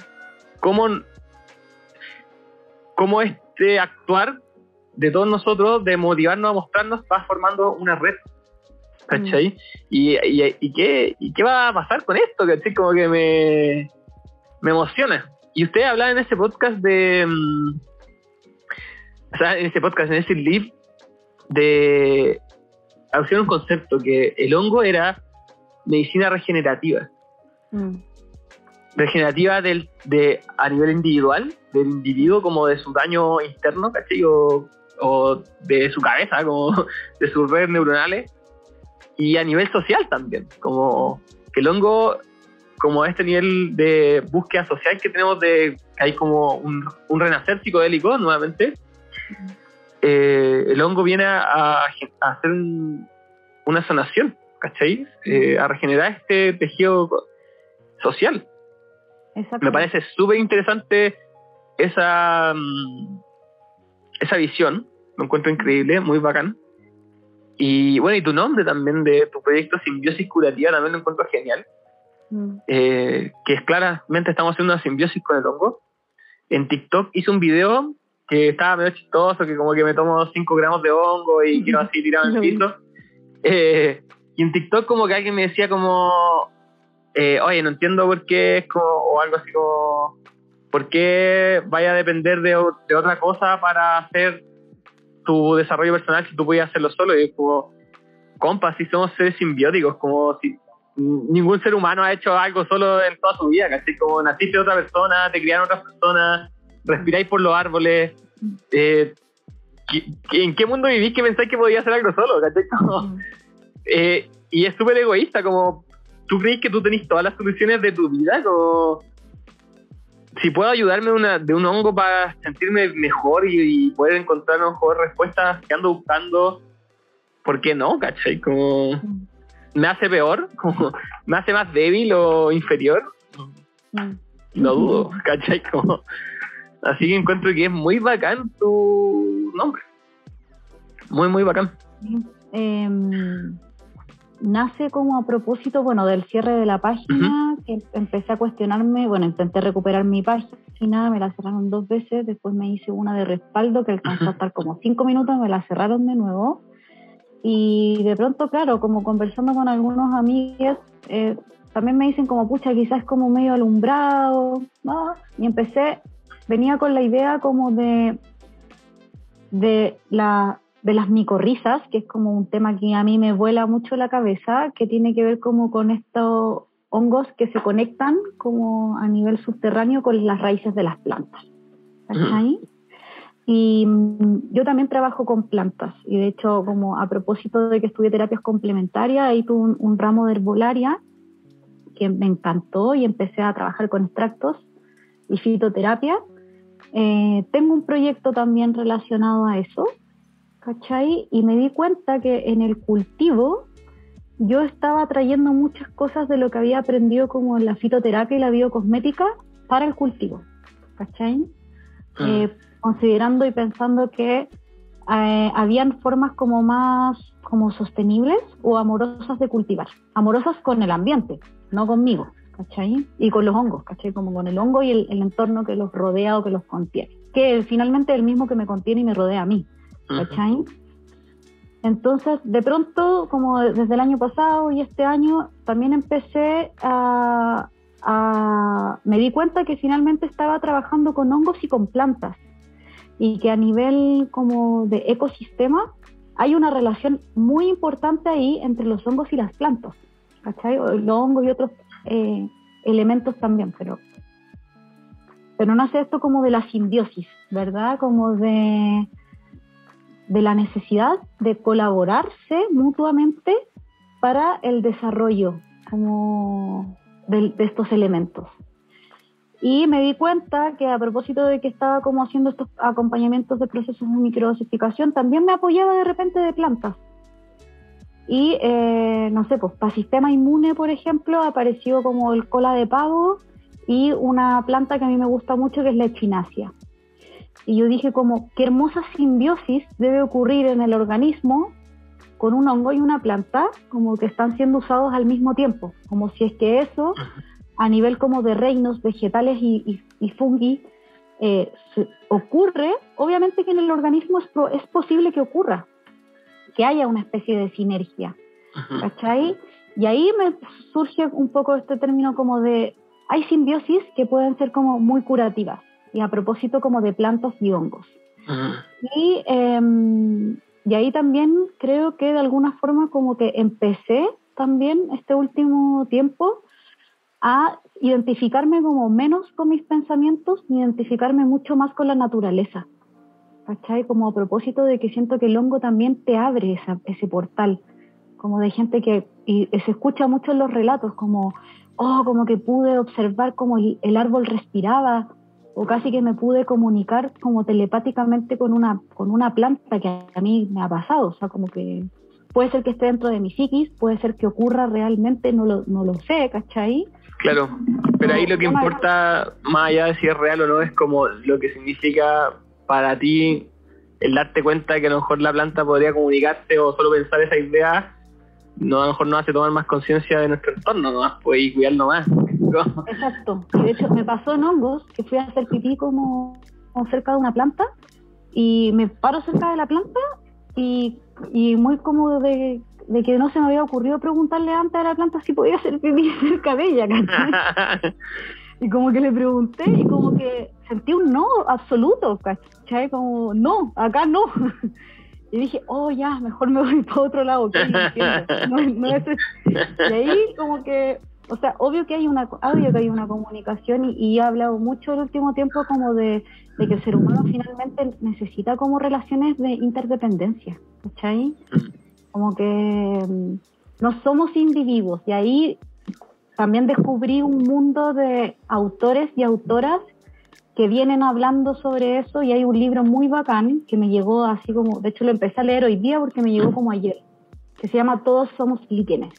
este actuar de todos nosotros, de motivarnos a mostrarnos, va formando una red, ¿cachai? ¿Y qué va a pasar con esto? ¿Cachai? Como que me emociona. Y ustedes hablaban en ese podcast en ese live, hicieron un concepto que el hongo era medicina regenerativa. Regenerativa a nivel individual, del individuo, como de su daño interno, ¿cachai? O de su cabeza, como de sus redes neuronales, y a nivel social también, como que el hongo, como este nivel de búsqueda social que tenemos, que hay como un renacer psicodélico nuevamente, el hongo viene a hacer una sanación, ¿cachai? A regenerar este tejido social. Exacto. Me parece súper interesante esa visión, lo encuentro increíble, muy bacán. Y bueno, y tu nombre también de tu proyecto Simbiosis Curativa también lo encuentro genial. Que es claramente estamos haciendo una simbiosis con el hongo. En TikTok hice un video que estaba medio chistoso, que como que me tomo 5 gramos de hongo y quiero así tirado en el piso. Y en TikTok como que alguien me decía como, oye, no entiendo por qué, es como, o algo así como, ¿por qué vaya a depender de otra cosa para hacer tu desarrollo personal si tú puedes hacerlo solo? Y es como, compa, si somos seres simbióticos, como si ningún ser humano ha hecho algo solo en toda su vida, ¿cachai? Como naciste de otra persona, te criaron otras personas, respiráis por los árboles, ¿en qué mundo vivís que pensáis que podías hacer algo solo, ¿cachai? Como, y es súper egoísta, como tú crees que tú tenés todas las soluciones de tu vida, como si puedo ayudarme de un hongo para sentirme mejor y poder encontrar mejores respuestas que ando buscando, ¿por qué no? ¿Cachai? Como me hace peor, como me hace más débil o inferior, lo dudo, ¿cachai? Como, así que encuentro que es muy bacán tu nombre, muy muy bacán. nace como a propósito, bueno, del cierre de la página, que empecé a cuestionarme, bueno, intenté recuperar mi página, me la cerraron 2 veces, después me hice una de respaldo que alcanzó a estar como 5 minutos, me la cerraron de nuevo, y de pronto, claro, como conversando con algunos amigos, también me dicen como, pucha, quizás como medio alumbrado, ¿no? Y venía con la idea como de las micorrizas, que es como un tema que a mí me vuela mucho la cabeza, que tiene que ver como con estos hongos que se conectan como a nivel subterráneo con las raíces de las plantas. ¿Cachai? Y yo también trabajo con plantas, y de hecho, como a propósito de que estudié terapias complementarias, ahí tuve un ramo de herbolaria que me encantó y empecé a trabajar con extractos y fitoterapia. Tengo un proyecto también relacionado a eso, ¿cachai? Y me di cuenta que en el cultivo yo estaba trayendo muchas cosas de lo que había aprendido como en la fitoterapia y la biocosmética para el cultivo, ¿cachai? Considerando y pensando que habían formas como más como sostenibles o amorosas de cultivar, amorosas con el ambiente, no conmigo, ¿cachai? Y con los hongos, ¿cachai? Como con el hongo y el entorno que los rodea o que los contiene, que finalmente es el mismo que me contiene y me rodea a mí, ¿cachai? Entonces, de pronto, como desde el año pasado y este año, también empecé me di cuenta que finalmente estaba trabajando con hongos y con plantas, y que a nivel como de ecosistema hay una relación muy importante ahí entre los hongos y las plantas, ¿cachai? Los hongos y otros elementos también, pero nace esto como de la simbiosis, ¿verdad? Como de la necesidad de colaborarse mutuamente para el desarrollo como de estos elementos. Y me di cuenta que a propósito de que estaba como haciendo estos acompañamientos de procesos de microdosificación, también me apoyaba de repente de plantas. Y, no sé, pues para sistema inmune, por ejemplo, apareció como el cola de pavo y una planta que a mí me gusta mucho, que es la echinacia. Y yo dije como, qué hermosa simbiosis debe ocurrir en el organismo con un hongo y una planta, como que están siendo usados al mismo tiempo, como si es que eso, a nivel como de reinos vegetales y fungi, ocurre. Obviamente que en el organismo es posible que ocurra, que haya una especie de sinergia, ¿cachai? Y ahí me surge un poco este término como de, hay simbiosis que pueden ser como muy curativas, y a propósito como de plantas y hongos. Y ahí también creo que de alguna forma como que empecé también este último tiempo a identificarme como menos con mis pensamientos y identificarme mucho más con la naturaleza, ¿cachai? Como a propósito de que siento que el hongo también te abre ese portal, como de gente que, y se escucha mucho en los relatos, como, como que pude observar como el árbol respiraba, o casi que me pude comunicar como telepáticamente con una planta, que a mí me ha pasado, o sea, como que puede ser que esté dentro de mi psiquis, puede ser que ocurra realmente, no lo sé, ¿cachai? Claro, pero ahí lo que importa, más allá de si es real o no, es como lo que significa para ti el darte cuenta de que a lo mejor la planta podría comunicarte, o solo pensar esa idea, no, a lo mejor nos hace tomar más conciencia de nuestro entorno, nomás, pues, y cuidarlo más. Exacto, y de hecho me pasó en hongos, que fui a hacer pipí como cerca de una planta, y me paro cerca de la planta, y muy cómodo de que no se me había ocurrido preguntarle antes a la planta si podía hacer pipí cerca de ella, ¿cachai? Y como que le pregunté y como que sentí un no absoluto, ¿cachai? Como, no, acá no. Y dije, ya, mejor me voy para otro lado, que no entiendo. No es y ahí como que, o sea, obvio que hay una comunicación, y he hablado mucho el último tiempo como de que el ser humano finalmente necesita como relaciones de interdependencia, ¿cachai? Como que no somos individuos, y ahí también descubrí un mundo de autores y autoras que vienen hablando sobre eso, y hay un libro muy bacán que me llegó así como, de hecho lo empecé a leer hoy día porque me llegó como ayer, que se llama Todos somos líquenes.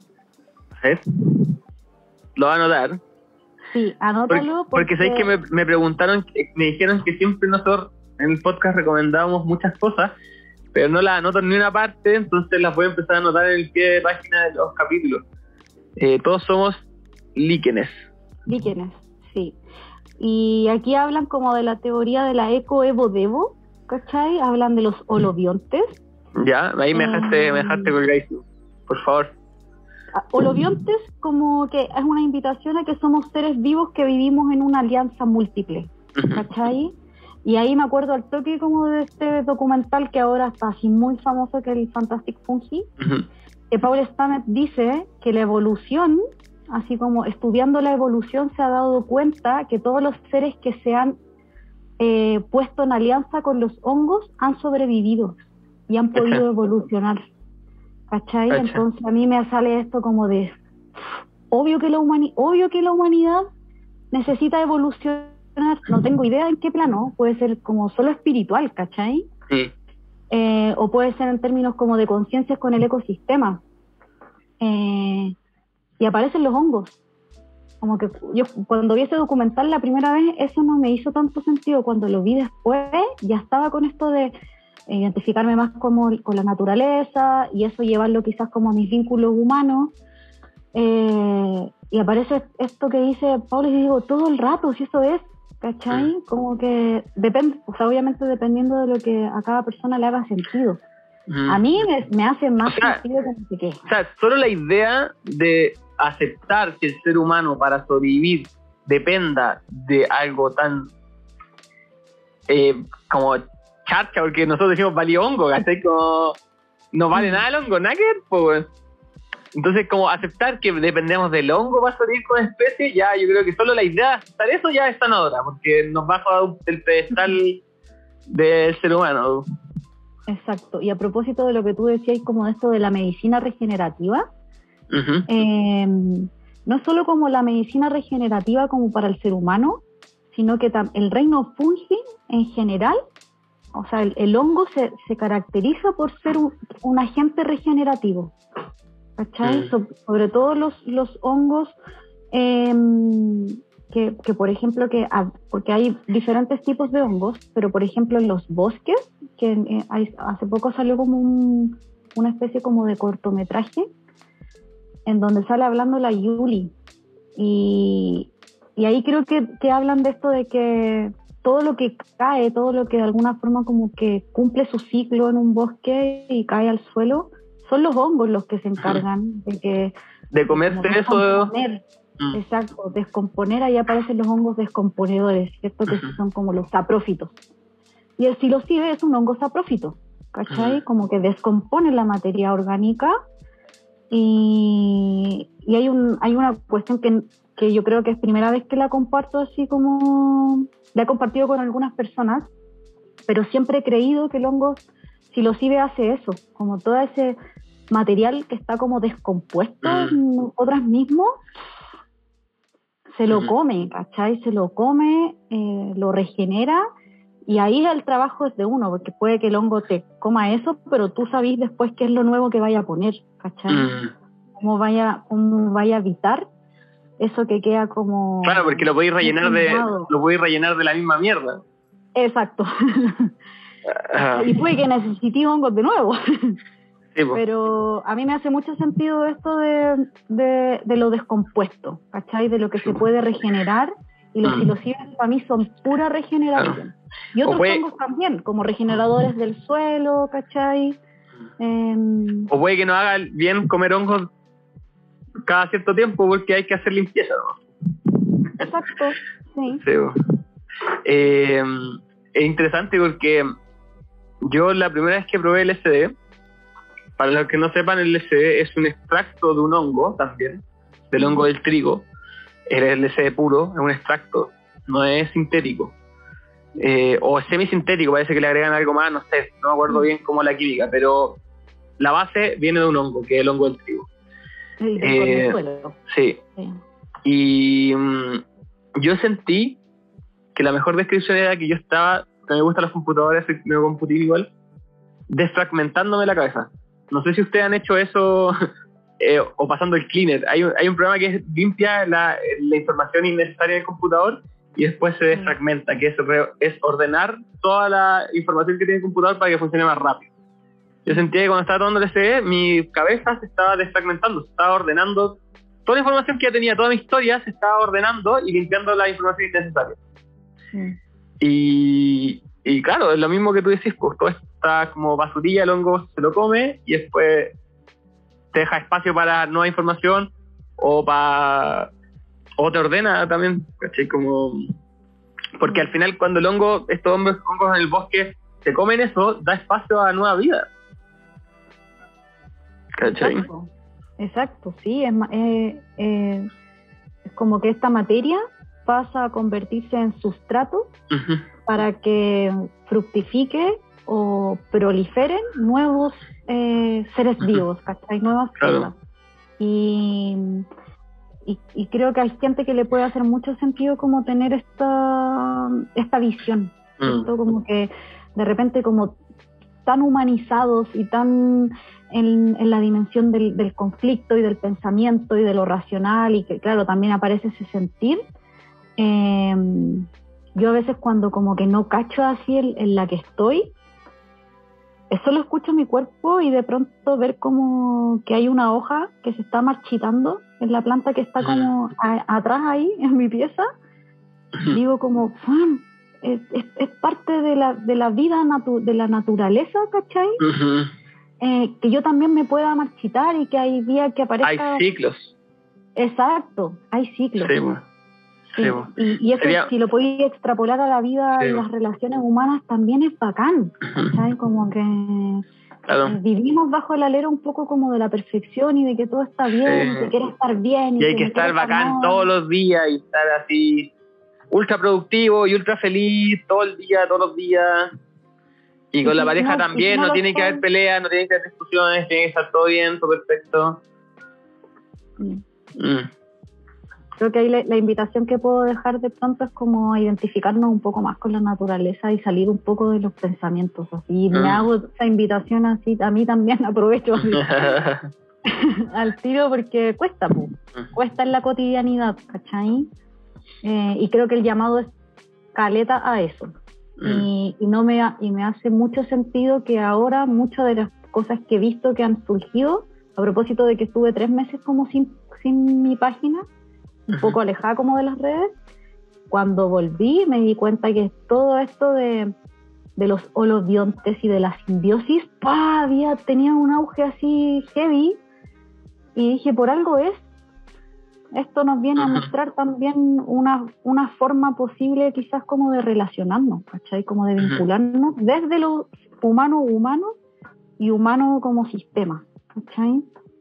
Lo va a anotar. Sí, anótalo. Porque sabéis que me preguntaron, me dijeron que siempre nosotros en el podcast recomendábamos muchas cosas, pero no las anoto en ni una parte, entonces las voy a empezar a anotar en el pie de página de los capítulos. Todos somos líquenes. Líquenes, sí. Y aquí hablan como de la teoría de la eco-evo-devo, ¿cachai? Hablan de los holobiontes. Ya, ahí me dejaste colgadísimo. Por favor. Holobiontes como que es una invitación a que somos seres vivos que vivimos en una alianza múltiple, ¿cachai? Y ahí me acuerdo al toque como de este documental que ahora está así muy famoso, que es el Fantastic Fungi, que Paul Stamets dice que la evolución, así como estudiando la evolución, se ha dado cuenta que todos los seres que se han puesto en alianza con los hongos han sobrevivido y han podido evolucionar, ¿cachai? Entonces a mí me sale esto como de obvio que la humanidad necesita evolucionar, no tengo idea en qué plano, puede ser como solo espiritual, ¿cachai? Sí. O puede ser en términos como de conciencias con el ecosistema, y aparecen los hongos. Como que yo cuando vi ese documental la primera vez, eso no me hizo tanto sentido. Cuando lo vi después, ya estaba con esto de identificarme más como con la naturaleza y eso llevarlo quizás como a mis vínculos humanos. Y aparece esto que dice Pablo y digo, todo el rato, si eso es, ¿cachai? Como que depende, o sea, obviamente dependiendo de lo que a cada persona le haga sentido. A mí me hace más sentido que no sé qué. O sea, solo la idea de aceptar que el ser humano para sobrevivir dependa de algo tan como charcha, porque nosotros decimos valió hongo, ¿cachai? Como no vale nada el hongo, nada que ver, pues. Entonces, como aceptar que dependemos del hongo para sobrevivir con especie, ya yo creo que solo la idea de aceptar eso ya es sanadora, porque nos baja del pedestal del ser humano. Exacto. Y a propósito de lo que tú decías, como de esto de la medicina regenerativa, no es solo como la medicina regenerativa como para el ser humano, sino que el reino fungi en general, o sea, el hongo se caracteriza por ser un agente regenerativo, ¿cachai? Sobre todo los hongos que por ejemplo, porque hay diferentes tipos de hongos, pero por ejemplo en los bosques, que hace poco salió como una especie como de cortometraje, en donde sale hablando la Yuli, y ahí creo que hablan de esto de que todo lo que cae, todo lo que de alguna forma como que cumple su ciclo en un bosque y cae al suelo, son los hongos los que se encargan de comerse eso. Exacto, descomponer. Ahí aparecen los hongos descomponedores, ¿cierto? Que son como los saprófitos. Y el psilocibe es un hongo saprófito, ¿cachai? Como que descompone la materia orgánica. Y hay una cuestión que yo creo que es primera vez que la comparto, así como la he compartido con algunas personas, pero siempre he creído que el hongo psilocibe hace eso, como todo ese material que está como descompuesto en nosotras mismos, se lo come, ¿cachai? Se lo come, lo regenera, y ahí el trabajo es de uno, porque puede que el hongo te coma eso, pero tú sabes después qué es lo nuevo que vaya a poner, ¿cachai? Cómo vaya a evitar eso que queda como... Claro, porque lo podéis rellenar de la misma mierda. Exacto. Y puede que necesite hongos de nuevo. Sí, pues. Pero a mí me hace mucho sentido esto de lo descompuesto, ¿cachai? De lo que se puede regenerar, y los psilocibes para mí son pura regeneración. Y otros hongos también, como regeneradores del suelo, ¿cachai? O puede que nos haga bien comer hongos cada cierto tiempo porque hay que hacer limpieza, ¿no? Exacto, sí. Es interesante porque yo la primera vez que probé el LSD, para los que no sepan, el LSD es un extracto de un hongo también, del hongo del trigo. El LSD puro es un extracto, no es sintético. O semisintético, parece que le agregan algo más, no sé, no me acuerdo bien cómo es la química, pero la base viene de un hongo, que es el hongo del trigo. Sí. Y yo sentí que la mejor descripción era que yo estaba, que me gustan los computadores, soy medio computín igual, desfragmentándome la cabeza. No sé si ustedes han hecho eso o pasando el cleaner. Hay un programa que limpia la información innecesaria del computador y después se desfragmenta, que es ordenar toda la información que tiene el computador para que funcione más rápido. Yo sentía que cuando estaba tomando LSD, mi cabeza se estaba desfragmentando, se estaba ordenando. Toda la información que ya tenía, toda mi historia, se estaba ordenando y limpiando la información innecesaria. Y claro, es lo mismo que tú decís, pues toda esta como basurilla, el hongo se lo come y después te deja espacio para nueva información o te ordena también, ¿cachai? Como... Porque al final cuando el hongo, estos hongos en el bosque se comen eso, da espacio a nueva vida. ¿Cachai? Exacto, sí, es como que esta materia pasa a convertirse en sustrato para que fructifique o proliferen nuevos seres vivos, ¿cachai? Nuevas cosas. Y creo que hay gente que le puede hacer mucho sentido como tener esta visión, ¿cierto? Como que de repente como tan humanizados y tan en la dimensión del conflicto y del pensamiento y de lo racional, y que claro, también aparece ese sentir. Yo a veces cuando como que no cacho así en la que estoy, solo escucho mi cuerpo y de pronto ver como que hay una hoja que se está marchitando en la planta que está como atrás ahí en mi pieza. Digo como, es parte de la vida, de la naturaleza, ¿cachai? Que yo también me pueda marchitar y que hay días que aparezca... Hay ciclos. Exacto, hay ciclos. Sí, bueno. Sí. Y eso, si lo podéis extrapolar a la vida y las relaciones humanas, también es bacán, ¿cachai? Como que vivimos bajo el alero un poco como de la perfección y de que todo está bien, y que quiere estar bien. Y hay que estar bacán todos los días y estar así ultra productivo y ultra feliz todo el día, todos los días. Y con la pareja también, no tiene que haber peleas, no tiene que haber discusiones, tiene que estar todo bien, todo perfecto. Creo que ahí la invitación que puedo dejar de pronto es como identificarnos un poco más con la naturaleza y salir un poco de los pensamientos así. Me hago esa invitación así, a mí también aprovecho así, al tiro porque cuesta en la cotidianidad, ¿cachai? Y creo que el llamado es caleta a eso. Y me hace mucho sentido que ahora muchas de las cosas que he visto que han surgido, a propósito de que estuve 3 meses como sin mi página, un poco alejada como de las redes, cuando volví me di cuenta que todo esto de los holobiontes y de la simbiosis, tenía un auge así heavy, y dije, por algo esto nos viene a mostrar también una forma posible quizás como de relacionarnos, ¿cachai? Como de vincularnos desde lo humano y humano como sistema, ¿cachai?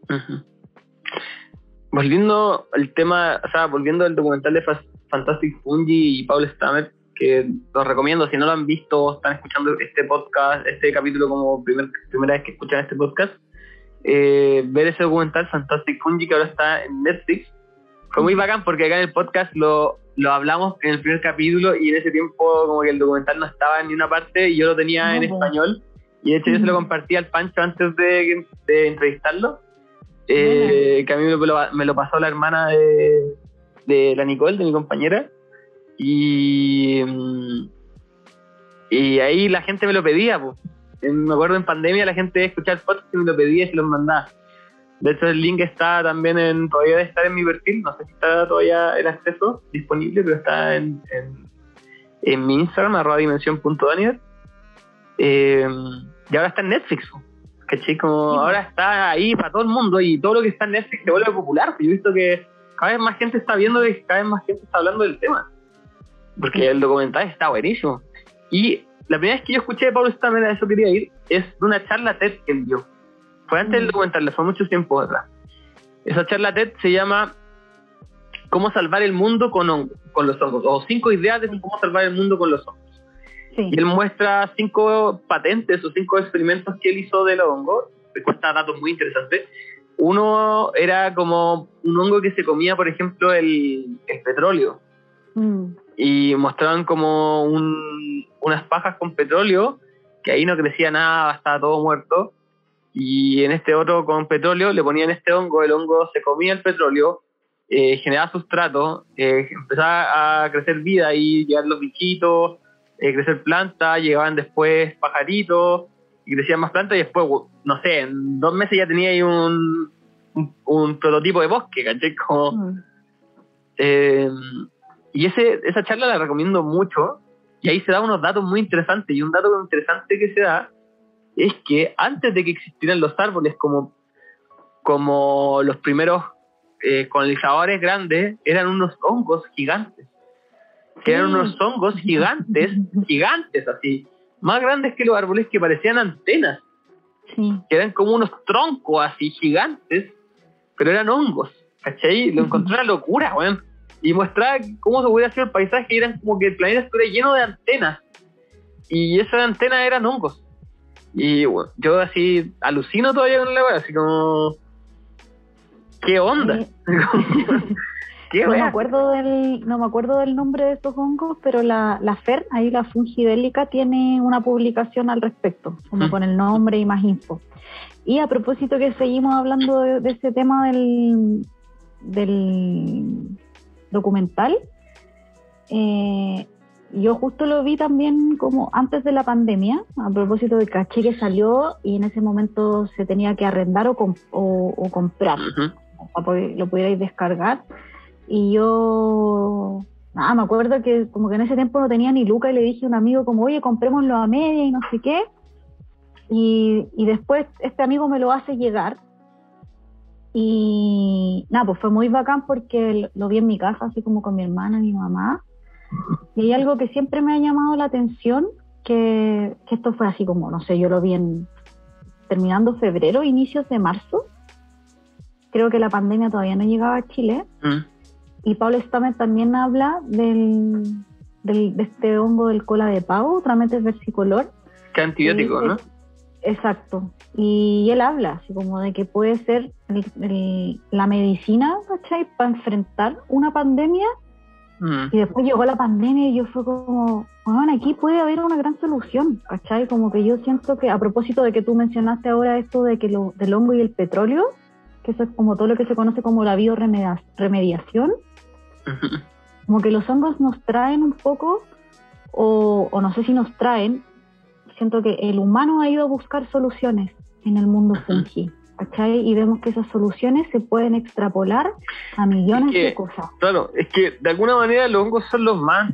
Volviendo al tema, volviendo al documental de Fantastic Fungi y Paul Stamets, que los recomiendo, si no lo han visto, están escuchando este podcast, este capítulo como primera vez que escuchan este podcast, ver ese documental Fantastic Fungi que ahora está en Netflix. Fue muy bacán porque acá en el podcast lo hablamos en el primer capítulo y en ese tiempo como que el documental no estaba en ni una parte y yo lo tenía en español, y de hecho yo se lo compartí al Pancho antes de entrevistarlo. Que a mí me lo pasó la hermana de la Nicole, de mi compañera, y ahí la gente me lo pedía, pues. Me acuerdo en pandemia la gente escuchaba el podcast y me lo pedía y se los mandaba. De hecho el link está también todavía debe estar en mi perfil, no sé si está todavía el acceso disponible, pero está en mi Instagram, @dimension.daniel, y ahora está en Netflix, ¿cachai? Como ahora está ahí para todo el mundo y todo lo que está en Netflix se vuelve popular. Yo he visto que cada vez más gente está viendo y cada vez más gente está hablando del tema, porque el documental está buenísimo. Y la primera vez que yo escuché de Paul Stamets, a eso quería ir, es de una charla TED que él dio. Fue antes del documental, fue mucho tiempo atrás. Esa charla TED se llama ¿Cómo salvar el mundo con los hongos? O 5 ideas de cómo salvar el mundo con los hongos. Sí. Y él muestra 5 patentes o 5 experimentos que él hizo de los hongos. Me cuenta datos muy interesantes. Uno era como un hongo que se comía, por ejemplo, el petróleo. Y mostraban como unas pajas con petróleo, que ahí no crecía nada, estaba todo muerto. Y en este otro con petróleo le ponían este hongo, el hongo se comía el petróleo, generaba sustrato, empezaba a crecer vida y llegar los bichitos, crecer plantas, llegaban después pajaritos, y crecían más plantas y después, no sé, en 2 meses ya tenía ahí un prototipo de bosque, ¿cachai? Como, y esa charla la recomiendo mucho, y ahí se da unos datos muy interesantes, y un dato interesante que se da es que antes de que existieran los árboles como los primeros colonizadores grandes, eran unos hongos gigantes, que eran unos hongos gigantes así, más grandes que los árboles, que parecían antenas, que eran como unos troncos así gigantes, pero eran hongos, ¿cachai? Lo encontré una locura, weón. Y mostraba cómo se hubiera sido el paisaje, y eran como que el planeta estuviera lleno de antenas, y esas antenas eran hongos. Y bueno, yo así alucino todavía con la weá, así como, ¿qué onda? ¿Qué no me acuerdo del nombre de estos hongos, pero la FER, ahí la Fungidélica, tiene una publicación al respecto, como con el nombre y más info. Y a propósito que seguimos hablando de ese tema del documental, yo justo lo vi también como antes de la pandemia, a propósito de caché que salió y en ese momento se tenía que arrendar o comprar, para que lo pudierais descargar. Y yo, me acuerdo que como que en ese tiempo no tenía ni lucas y le dije a un amigo como, oye, comprémoslo a media y no sé qué. Y después este amigo me lo hace llegar. Y pues fue muy bacán porque lo vi en mi casa, así como con mi hermana, mi mamá. Y hay algo que siempre me ha llamado la atención, que esto fue así como, no sé, yo lo vi terminando febrero, inicios de marzo. Creo que la pandemia todavía no llegaba a Chile. Y Paul Stamets también habla de este hongo del cola de pavo, Trametes versicolor. Que antibiótico, ¿no? Exacto. Y él habla así como de que puede ser la medicina, ¿cachai? Para enfrentar una pandemia. Y después llegó la pandemia y yo fue como, bueno, aquí puede haber una gran solución, ¿cachai? Como que yo siento que, a propósito de que tú mencionaste ahora esto de que del hongo y el petróleo, que eso es como todo lo que se conoce como la bioremediación, como que los hongos nos traen un poco, o no sé si nos traen, siento que el humano ha ido a buscar soluciones en el mundo fungi, ¿cachai? Y vemos que esas soluciones se pueden extrapolar a millones de cosas. Claro, es que de alguna manera los hongos son los más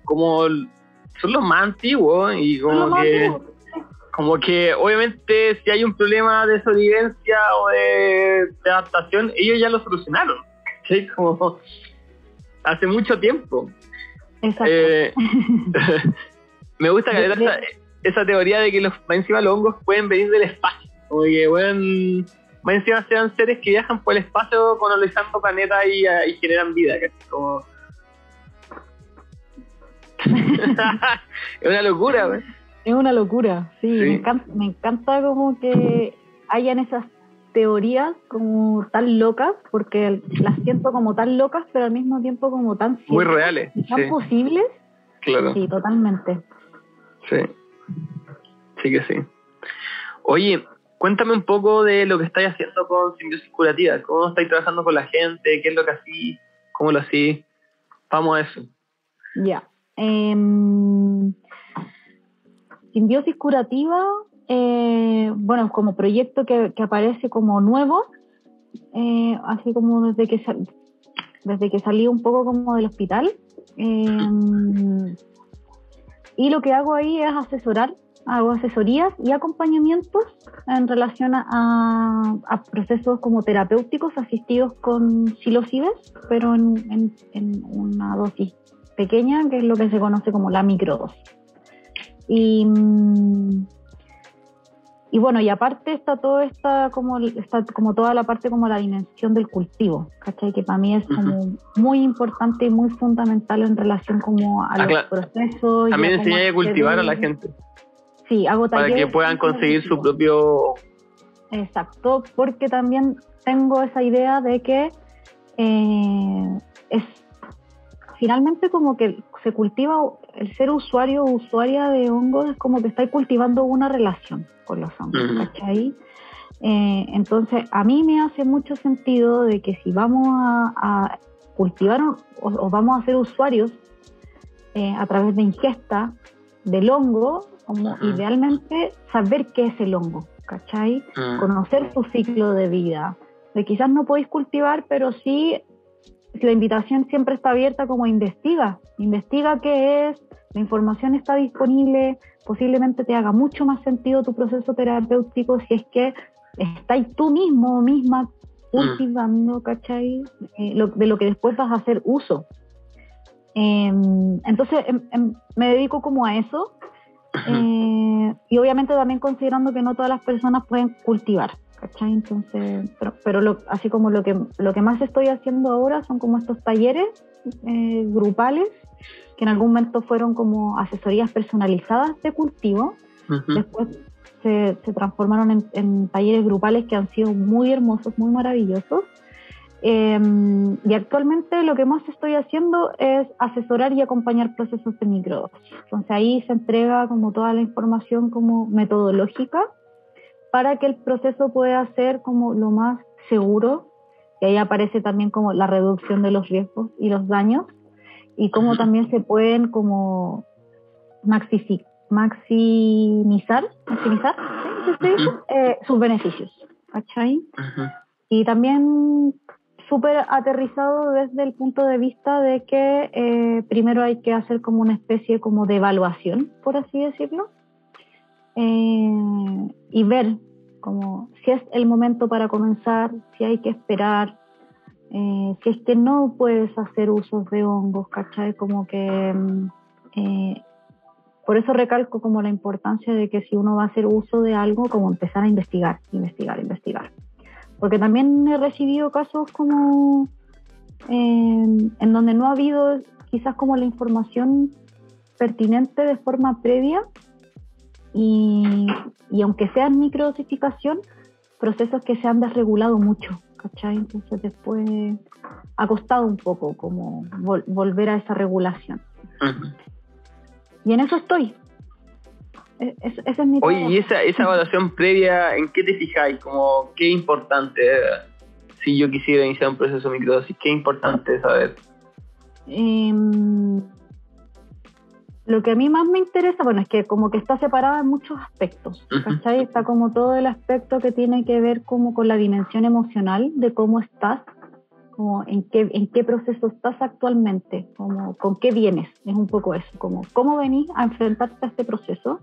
antiguos, y como que obviamente si hay un problema de sobrevivencia o de adaptación, ellos ya lo solucionaron, ¿sí? Como hace mucho tiempo. Exacto. Me gusta esa teoría de que más encima los hongos pueden venir del espacio, como que más encima sean seres que viajan por el espacio colonizando planetas y generan vida, que es como es una locura, güey. Es una locura, sí. Me encanta como que hayan esas teorías como tan locas, porque las siento como tan locas, pero al mismo tiempo como tan ciertas, muy reales, tan posibles. Claro. Sí, totalmente. Sí que sí. Oye, cuéntame un poco de lo que estáis haciendo con Simbiosis Curativa. ¿Cómo estáis trabajando con la gente? ¿Qué es lo que hacís? ¿Cómo lo hacís? Vamos a eso. Ya. Simbiosis Curativa, bueno, como proyecto que aparece como nuevo, así como desde que salí un poco como del hospital. Y lo que hago ahí es hago asesorías y acompañamientos en relación a procesos como terapéuticos asistidos con psilocibes, pero en una dosis pequeña, que es lo que se conoce como la microdosis. Y bueno, y aparte está como toda la parte como la dimensión del cultivo, ¿cachai? Que para mí es como muy importante y muy fundamental en relación como a los procesos. También enseñé a cultivar a la gente. Sí, hago talleres. Para que puedan conseguir su propio... Exacto, porque también tengo esa idea de que es finalmente como que se cultiva, el ser usuario o usuaria de hongos es como que estáis cultivando una relación con los hongos, ¿cachai? Entonces, a mí me hace mucho sentido de que si vamos a cultivar o vamos a ser usuarios a través de ingesta del hongo, como idealmente saber qué es el hongo, ¿cachai? Conocer su ciclo de vida. Que quizás no podéis cultivar, pero sí la invitación siempre está abierta como investiga qué es, la información está disponible, posiblemente te haga mucho más sentido tu proceso terapéutico si es que estás tú mismo o misma cultivando, ¿cachai? De lo que después vas a hacer uso. Entonces me dedico como a eso, y obviamente también considerando que no todas las personas pueden cultivar, ¿cachai? Entonces, pero así como lo que más estoy haciendo ahora son como estos talleres grupales, que en algún momento fueron como asesorías personalizadas de cultivo. Después se transformaron en talleres grupales que han sido muy hermosos, muy maravillosos. Y actualmente lo que más estoy haciendo es asesorar y acompañar procesos de microdosis. Entonces ahí se entrega como toda la información como metodológica para que el proceso pueda ser como lo más seguro, y ahí aparece también como la reducción de los riesgos y los daños, y cómo también se pueden como maximizar sus beneficios, ¿cachai? Y también súper aterrizado desde el punto de vista de que primero hay que hacer como una especie como de evaluación, por así decirlo, y ver como si es el momento para comenzar, si hay que esperar, si es que no puedes hacer usos de hongos, ¿cachai? Como que por eso recalco como la importancia de que si uno va a hacer uso de algo, como empezar a investigar. Porque también he recibido casos como en donde no ha habido quizás como la información pertinente de forma previa, y aunque sea en microdosificación, procesos que se han desregulado mucho, ¿cachai? Entonces después ha costado un poco como volver a esa regulación. Y en eso estoy. Ese es mi trabajo. Oye, ¿y esa evaluación previa, en qué te fijáis? Como, ¿qué importante si yo quisiera iniciar un proceso de microdosis? ¿Qué importante es saber? Lo que a mí más me interesa, bueno, es que como que está separada en muchos aspectos, ¿cachai? Está como todo el aspecto que tiene que ver como con la dimensión emocional de cómo estás, como en qué proceso estás actualmente, como con qué vienes, es un poco eso, como cómo venís a enfrentarte a este proceso.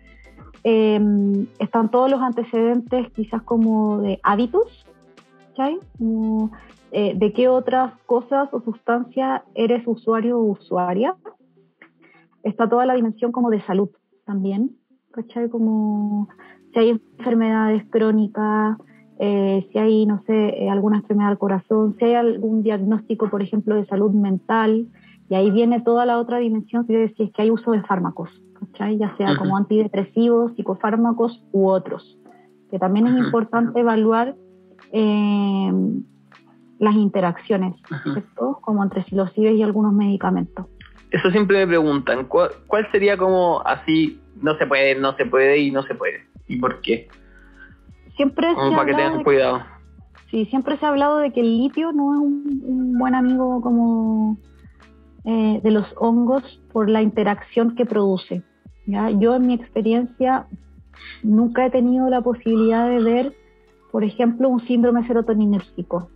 Están todos los antecedentes quizás como de hábitos, ¿cachai? Como, de qué otras cosas o sustancias eres usuario o usuaria. Está toda la dimensión como de salud también, ¿cachai? Como si hay enfermedades crónicas, si hay, no sé, alguna enfermedad del corazón, si hay algún diagnóstico, por ejemplo, de salud mental, y ahí viene toda la otra dimensión de si es que hay uso de fármacos, ¿cachai? Ya sea como antidepresivos, psicofármacos u otros, que también es importante evaluar las interacciones, ¿cierto? Como entre psilocibes y algunos medicamentos. Eso siempre me preguntan, ¿cuál sería como así, no se puede y no se puede? ¿Y por qué? Siempre para que tengan cuidado. Sí, siempre se ha hablado de que el litio no es un buen amigo como de los hongos por la interacción que produce, ¿ya? Yo en mi experiencia nunca he tenido la posibilidad de ver, por ejemplo, un síndrome serotoninérgico.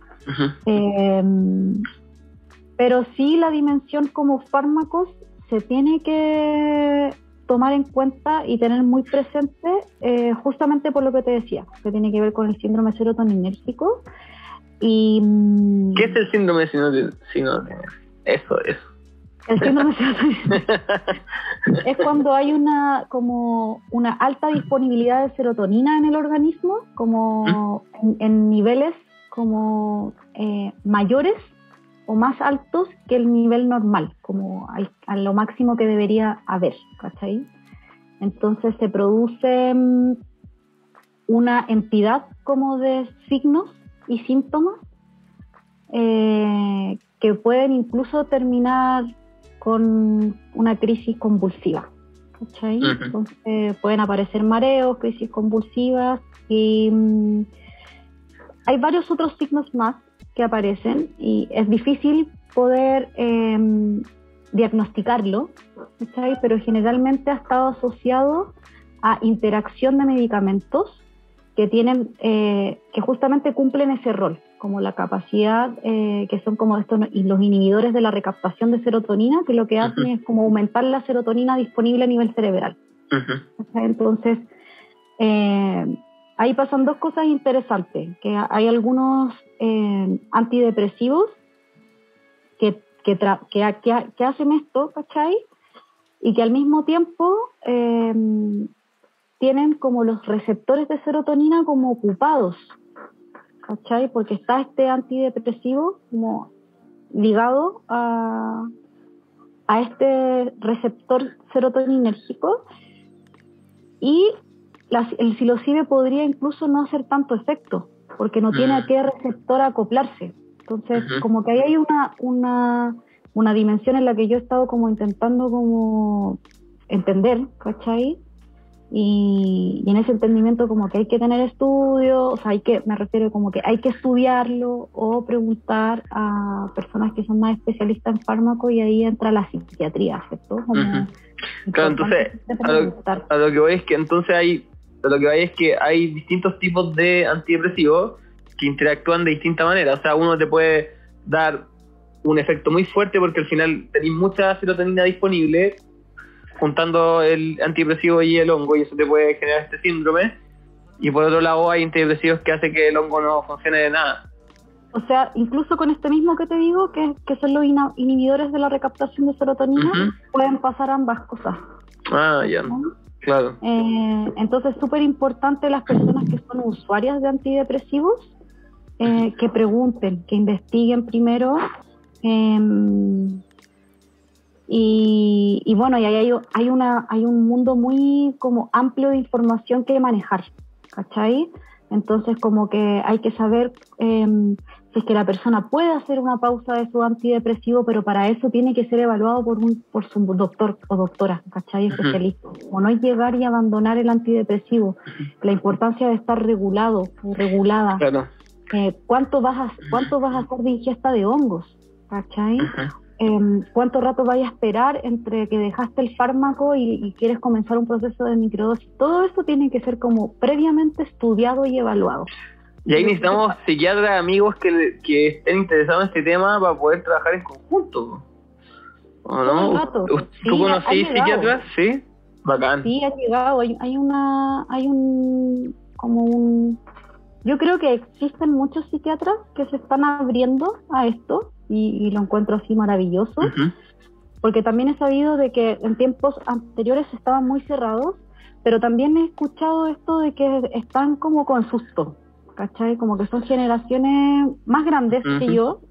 Pero sí la dimensión como fármacos se tiene que tomar en cuenta y tener muy presente, justamente por lo que te decía, que tiene que ver con el síndrome serotoninérgico. Y ¿qué es el síndrome serotoninérgico? Eso. El síndrome serotoninérgico es cuando hay una alta disponibilidad de serotonina en el organismo, como en niveles como mayores o más altos que el nivel normal, como a lo máximo que debería haber, ¿cachai? Entonces se produce una entidad como de signos y síntomas que pueden incluso terminar con una crisis convulsiva, ¿cachai? Entonces pueden aparecer mareos, crisis convulsivas, y hay varios otros signos más que aparecen, y es difícil poder diagnosticarlo, ¿cachai? Pero generalmente ha estado asociado a interacción de medicamentos que tienen, que justamente cumplen ese rol, como la capacidad, que son como estos, y los inhibidores de la recaptación de serotonina, que lo que hacen es como aumentar la serotonina disponible a nivel cerebral. Entonces, ahí pasan dos cosas interesantes, que hay algunos antidepresivos que hacen esto, ¿cachai? Y que al mismo tiempo tienen como los receptores de serotonina como ocupados, ¿cachai? Porque está este antidepresivo como ligado a este receptor serotoninérgico, y el psilocibe podría incluso no hacer tanto efecto, porque no tiene a qué receptor acoplarse. Entonces, como que ahí hay una dimensión en la que yo he estado como intentando como entender, ¿cachai? Y en ese entendimiento como que hay que tener estudios, o sea, me refiero como que hay que estudiarlo o preguntar a personas que son más especialistas en fármacos, y ahí entra la psiquiatría, ¿cierto? Como claro, entonces a lo que voy es que hay distintos tipos de antidepresivos que interactúan de distinta manera. O sea, uno te puede dar un efecto muy fuerte porque al final tenés mucha serotonina disponible juntando el antidepresivo y el hongo, y eso te puede generar este síndrome. Y por otro lado hay antidepresivos que hacen que el hongo no funcione de nada. O sea, incluso con este mismo que te digo, que son los inhibidores de la recaptación de serotonina, pueden pasar ambas cosas. Ah, ya, ¿no? Claro. Entonces es súper importante las personas que son usuarias de antidepresivos que pregunten, que investiguen primero. Y bueno, y ahí hay un mundo muy como amplio de información que manejar, ¿cachai? Entonces como que hay que saber si es que la persona puede hacer una pausa de su antidepresivo, pero para eso tiene que ser evaluado por su doctor o doctora, ¿cachai? Especialista. Como no es llegar y abandonar el antidepresivo, la importancia de estar regulado o regulada. Claro. ¿Cuánto vas a hacer de ingesta de hongos? ¿Cachai? ¿Cuánto rato vayas a esperar entre que dejaste el fármaco y quieres comenzar un proceso de microdosis? Todo eso tiene que ser como previamente estudiado y evaluado. Y ahí necesitamos psiquiatras, amigos que estén interesados en este tema para poder trabajar en conjunto, ¿o no? ¿Tú conocís psiquiatras? ¿Sí? Bacán. Sí, ha llegado. Yo creo que existen muchos psiquiatras que se están abriendo a esto, y lo encuentro así maravilloso, porque también he sabido de que en tiempos anteriores estaban muy cerrados, pero también he escuchado esto de que están como con susto, ¿cachai? Como que son generaciones más grandes que yo,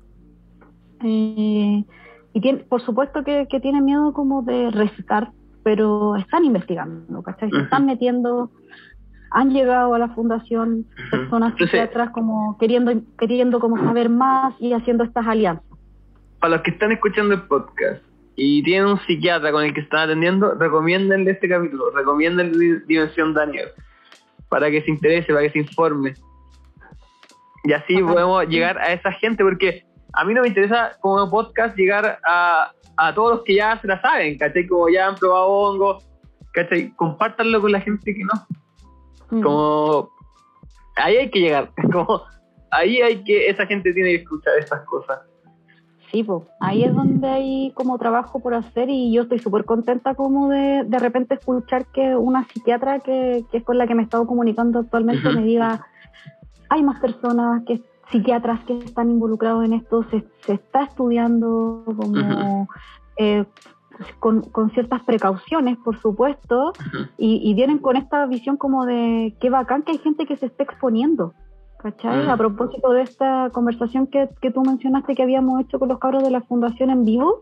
y por supuesto que tienen miedo como de recitar, pero están investigando, ¿cachai? Se están metiendo. Han llegado a la fundación personas psiquiatras como queriendo como saber más y haciendo estas alianzas. Para los que están escuchando el podcast y tienen un psiquiatra con el que están atendiendo, recomiéndenle este capítulo, recomiéndenle Dimensión Daniel, para que se interese, para que se informe. Y así podemos llegar a esa gente, porque a mí no me interesa como podcast llegar a todos los que ya se la saben, ¿cachai? Como ya han probado hongos, ¿cachai? Compártanlo con la gente que no. Como ahí hay que llegar, como esa gente tiene que escuchar estas cosas. Sí, pues ahí es donde hay como trabajo por hacer, y yo estoy súper contenta como de repente escuchar que una psiquiatra que es con la que me he estado comunicando actualmente me diga, hay más personas, psiquiatras que están involucrados en esto, se está estudiando como con ciertas precauciones, por supuesto, y vienen con esta visión como de qué bacán que hay gente que se está exponiendo, ¿cachai? A propósito de esta conversación que tú mencionaste que habíamos hecho con los cabros de la fundación en vivo,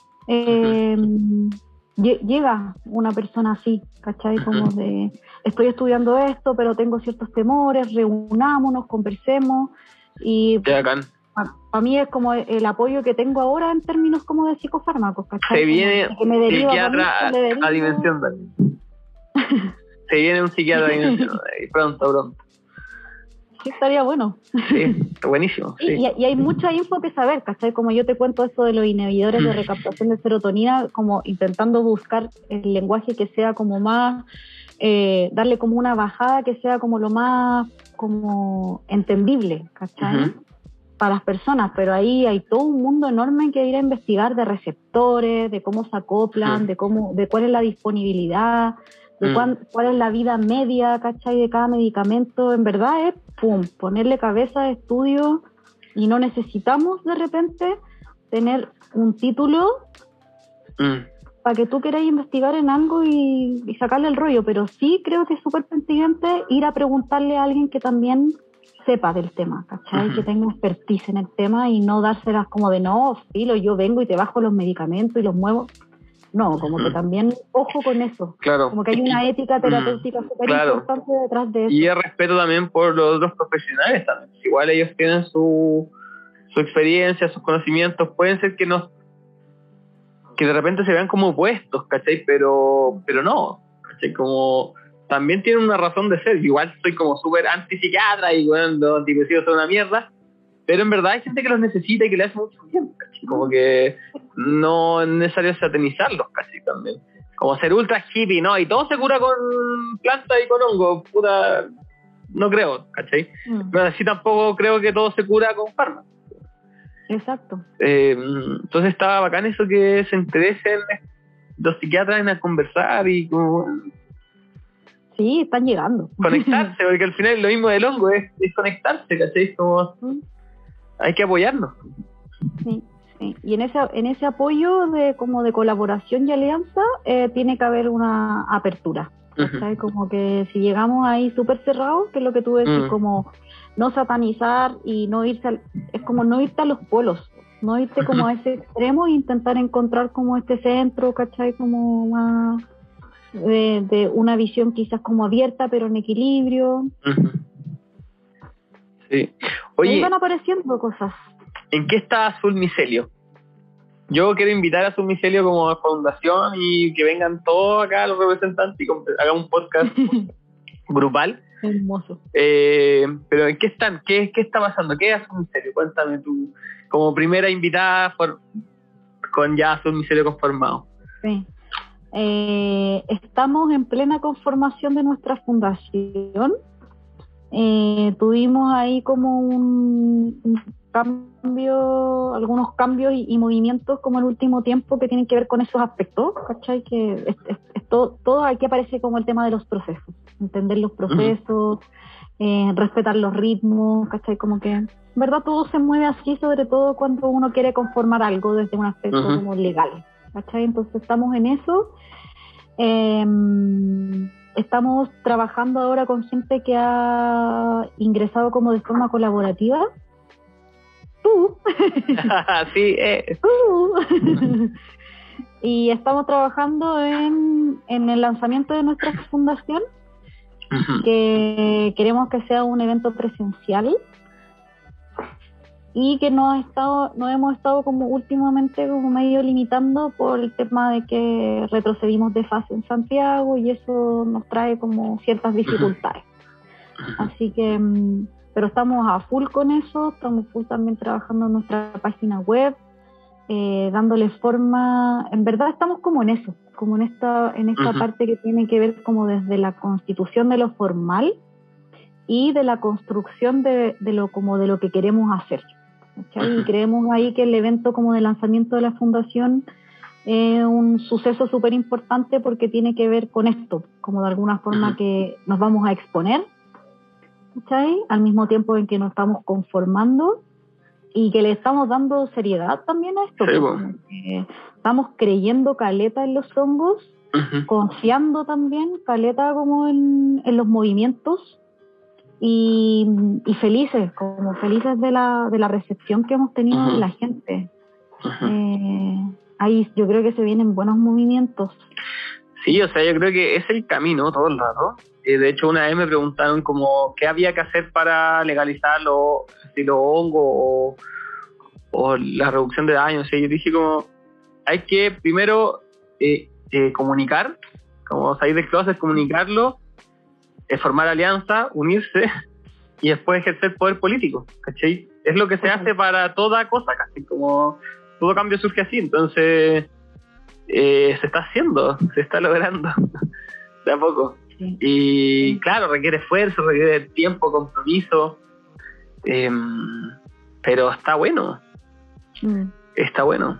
llega una persona así, ¿cachai? Como de, estoy estudiando esto, pero tengo ciertos temores, reunámonos, conversemos, y qué bacán. Para mí es como el apoyo que tengo ahora en términos como de psicofármacos, ¿cachai? Se viene psiquiatra a Dimensión Daniel. Se viene un psiquiatra a Dimensión Daniel, pronto. Sí, estaría bueno. Sí, está buenísimo. Sí. Y hay mucha info que saber, ¿cachai? Como yo te cuento esto de los inhibidores de recaptación de serotonina, como intentando buscar el lenguaje que sea como más, darle como una bajada que sea como lo más como entendible, ¿cachai? Para las personas, pero ahí hay todo un mundo enorme que ir a investigar de receptores, de cómo se acoplan, de cuál es la disponibilidad, de cuál es la vida media, ¿cachai? De cada medicamento. En verdad es ponerle cabeza de estudio, y no necesitamos de repente tener un título para que tú quieras investigar en algo y sacarle el rollo, pero sí creo que es súper pertinente ir a preguntarle a alguien que también sepa del tema, ¿cachai? Que tenga expertise en el tema, y no dárselas como de no, filo, yo vengo y te bajo los medicamentos y los muevo. No, como que también, ojo con eso. Claro. Como que hay una ética terapéutica súper importante detrás de eso. Y el respeto también por los otros profesionales también. Igual ellos tienen su experiencia, sus conocimientos. Pueden ser que de repente se vean como opuestos, ¿cachai? Pero no, ¿cachai? Como también tienen una razón de ser. Igual soy como súper antipsiquiatra y bueno, los antidepresivos son una mierda. Pero en verdad hay gente que los necesita y que le hace mucho bien, ¿cachai? Como que no es necesario satanizarlos, casi también. Como ser ultra hippie, ¿no? Y todo se cura con planta y con hongo, puta, no creo, ¿cachai? Pero así tampoco creo que todo se cura con fármacos. Exacto. Entonces estaba bacán eso, que se interesen los psiquiatras en a conversar y como... Sí, están llegando. Conectarse, porque al final lo mismo del hongo es conectarse, ¿cachai? Como... hay que apoyarnos. Sí. Y en ese apoyo de colaboración y alianza tiene que haber una apertura. ¿Cachai? Como que si llegamos ahí súper cerrados, que es lo que tú decís, como no satanizar y no irse es como no irte a los polos, no irte como a ese extremo e intentar encontrar como este centro, ¿cachai? Como más de una visión quizás como abierta pero en equilibrio. Sí. Oye, ahí van apareciendo cosas. ¿En qué está Azul Micelio? Yo quiero invitar a Azul Micelio como fundación y que vengan todos acá los representantes y hagan un podcast grupal. Hermoso. Pero ¿en qué están? ¿Qué está pasando? ¿Qué es Azul Micelio? Cuéntame tú, como primera invitada con ya Azul Micelio conformado. Sí. Estamos en plena conformación de nuestra fundación. Tuvimos ahí como un cambio, algunos cambios y movimientos como el último tiempo que tienen que ver con esos aspectos, ¿cachai? Que todo aquí aparece como el tema de los procesos, entender los procesos, respetar los ritmos, ¿cachai? Como que en verdad todo se mueve así, sobre todo cuando uno quiere conformar algo desde un aspecto como legal, ¿cachai? Entonces estamos en eso. Estamos trabajando ahora con gente que ha ingresado como de forma colaborativa. Tú. Sí, Tú. Y estamos trabajando en el lanzamiento de nuestra fundación, que queremos que sea un evento presencial y que nos hemos estado como últimamente como medio limitando por el tema de que retrocedimos de fase en Santiago y eso nos trae como ciertas dificultades. Así que, pero estamos a full con eso, estamos full también trabajando en nuestra página web, dándole forma. En verdad estamos como en eso, como en esta parte que tiene que ver como desde la constitución de lo formal y de la construcción de lo que queremos hacer. ¿Okay? Y creemos ahí que el evento como de lanzamiento de la fundación es un suceso súper importante porque tiene que ver con esto, como de alguna forma que nos vamos a exponer, ¿okay? Al mismo tiempo en que nos estamos conformando y que le estamos dando seriedad también a esto, porque estamos creyendo caleta en los hongos, confiando también caleta como en los movimientos. Y felices de la recepción que hemos tenido de la gente. Ahí yo creo que se vienen buenos movimientos. Sí, o sea, yo creo que es el camino, todos lados. De hecho, una vez me preguntaron como qué había que hacer para legalizar los hongos o la reducción de daños. O sea, yo dije como hay que primero comunicar, como salir de closet, comunicarlo, formar alianza, unirse y después ejercer poder político, ¿cachai? Es lo que se hace para toda cosa, casi como todo cambio surge así, entonces se está haciendo, se está logrando de a poco. Sí. Y claro, requiere esfuerzo, requiere tiempo, compromiso, pero está bueno. Está bueno.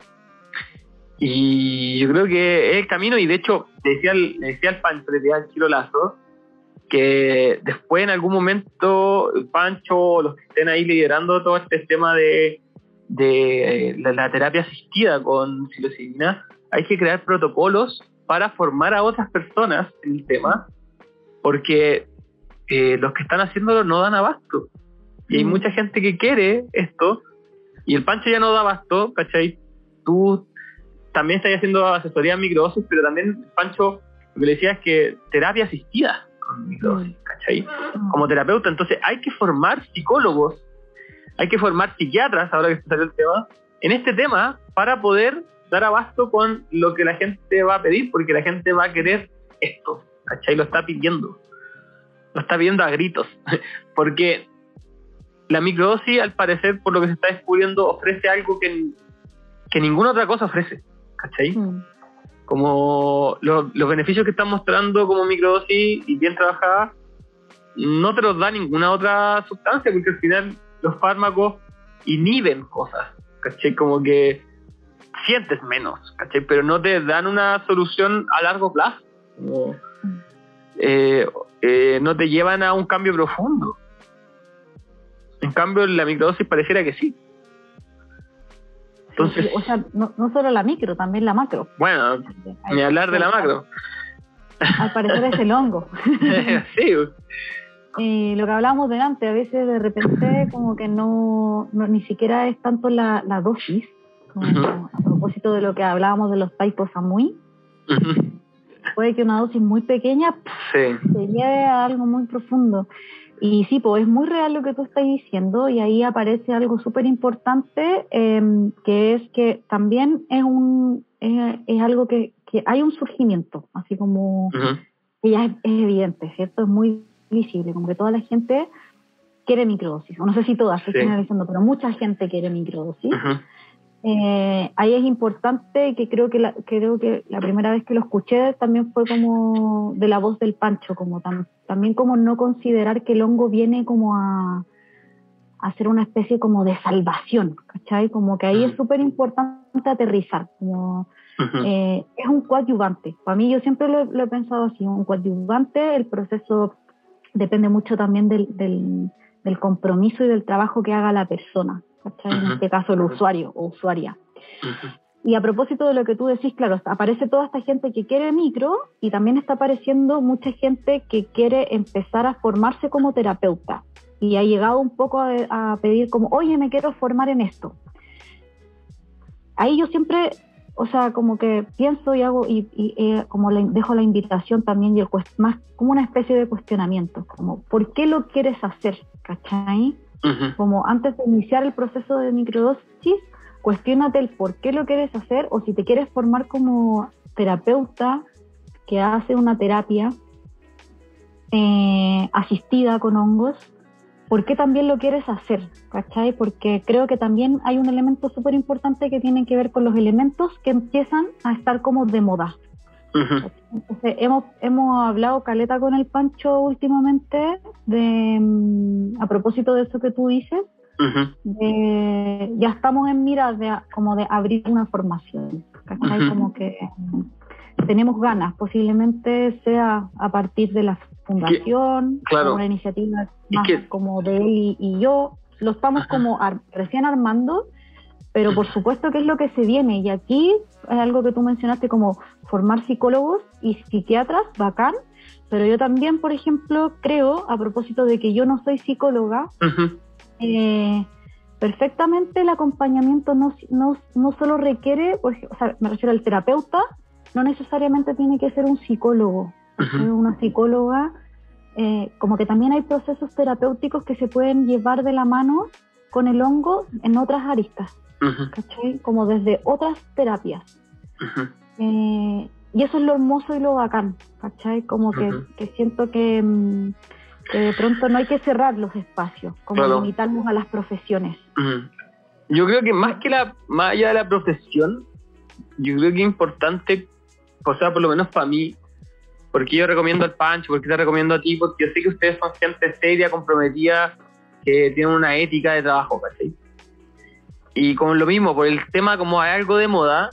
Y yo creo que es el camino, y de hecho le decía al Pancho, le decía al Chilo Lazo, que después en algún momento el Pancho o los que estén ahí liderando todo este tema de la terapia asistida con psilocibina, hay que crear protocolos para formar a otras personas en el tema, porque los que están haciéndolo no dan abasto. Y hay mucha gente que quiere esto, y el Pancho ya no da abasto, ¿cachai? Tú también estás haciendo asesoría en microdosis, pero también, Pancho, lo que le decía es que terapia asistida con microdosis, ¿cachai? Como terapeuta, entonces hay que formar psicólogos, hay que formar psiquiatras, ahora que salió el tema, en este tema, para poder dar abasto con lo que la gente va a pedir, porque la gente va a querer esto, ¿cachai? Lo está pidiendo a gritos, porque la microdosis, al parecer, por lo que se está descubriendo, ofrece algo que ninguna otra cosa ofrece, ¿cachai? Como los beneficios que están mostrando como microdosis y bien trabajada, no te los da ninguna otra sustancia, porque al final los fármacos inhiben cosas, ¿cachai? Como que sientes menos, ¿cachai? Pero no te dan una solución a largo plazo, como, no te llevan a un cambio profundo. En cambio, la microdosis pareciera que sí. Entonces, o sea, no solo la micro, también la macro. Bueno, ni hablar de la macro. Al parecer es el hongo. Sí. Lo que hablábamos delante, a veces de repente como que no ni siquiera es tanto la dosis, como a propósito de lo que hablábamos de los taipos samui. Puede que una dosis muy pequeña se lleve a algo muy profundo. Y sí, pues es muy real lo que tú estás diciendo, y ahí aparece algo súper importante, que es que también es algo que hay un surgimiento, así como que ya es evidente, ¿cierto? Es muy visible, como que toda la gente quiere microdosis, o no sé si todas, estoy generalizando, pero mucha gente quiere microdosis. Ahí es importante, que creo que la primera vez que lo escuché también fue como de la voz del Pancho, como también como no considerar que el hongo viene como a hacer una especie como de salvación, ¿cachai? Como que ahí es súper importante aterrizar, como es un coadyuvante. Para mí, yo siempre lo he pensado así, un coadyuvante. El proceso depende mucho también del compromiso y del trabajo que haga la persona, ¿cachai? En este caso el usuario o usuaria. Y a propósito de lo que tú decís, claro, aparece toda esta gente que quiere micro, y también está apareciendo mucha gente que quiere empezar a formarse como terapeuta, y ha llegado un poco a pedir como, oye, me quiero formar en esto. Ahí yo siempre, o sea, como que pienso y hago, como dejo la invitación también, y más como una especie de cuestionamiento, como, ¿por qué lo quieres hacer? ¿Cachai? Como antes de iniciar el proceso de microdosis, cuestiónate el por qué lo quieres hacer, o si te quieres formar como terapeuta que hace una terapia asistida con hongos, ¿por qué también lo quieres hacer? ¿Cachai? Porque creo que también hay un elemento súper importante que tiene que ver con los elementos que empiezan a estar como de moda. Entonces, hemos hablado caleta con el Pancho últimamente a propósito de eso que tú dices. Ya estamos en miras como de abrir una formación, ¿cachai? Como que tenemos ganas, posiblemente sea a partir de la fundación, una iniciativa más como de él y yo, lo estamos como recién armando, pero por supuesto que es lo que se viene, y aquí es algo que tú mencionaste, como formar psicólogos y psiquiatras, bacán, pero yo también, por ejemplo, creo, a propósito de que yo no soy psicóloga, perfectamente el acompañamiento no solo requiere, o sea, me refiero al terapeuta, no necesariamente tiene que ser un psicólogo, una psicóloga, como que también hay procesos terapéuticos que se pueden llevar de la mano con el hongo en otras aristas, ¿cachai? Como desde otras terapias. Y eso es lo hermoso y lo bacán, ¿cachai? Como que siento que Que de pronto no hay que cerrar los espacios, como claro, limitarnos a las profesiones. Yo creo que más allá de la profesión, yo creo que es importante, o sea, por lo menos para mí, porque yo recomiendo al Pancho, porque te recomiendo a ti, porque yo sé que ustedes son gente seria, comprometida, que tienen una ética de trabajo, ¿cachai? Y con lo mismo, por el tema como hay algo de moda,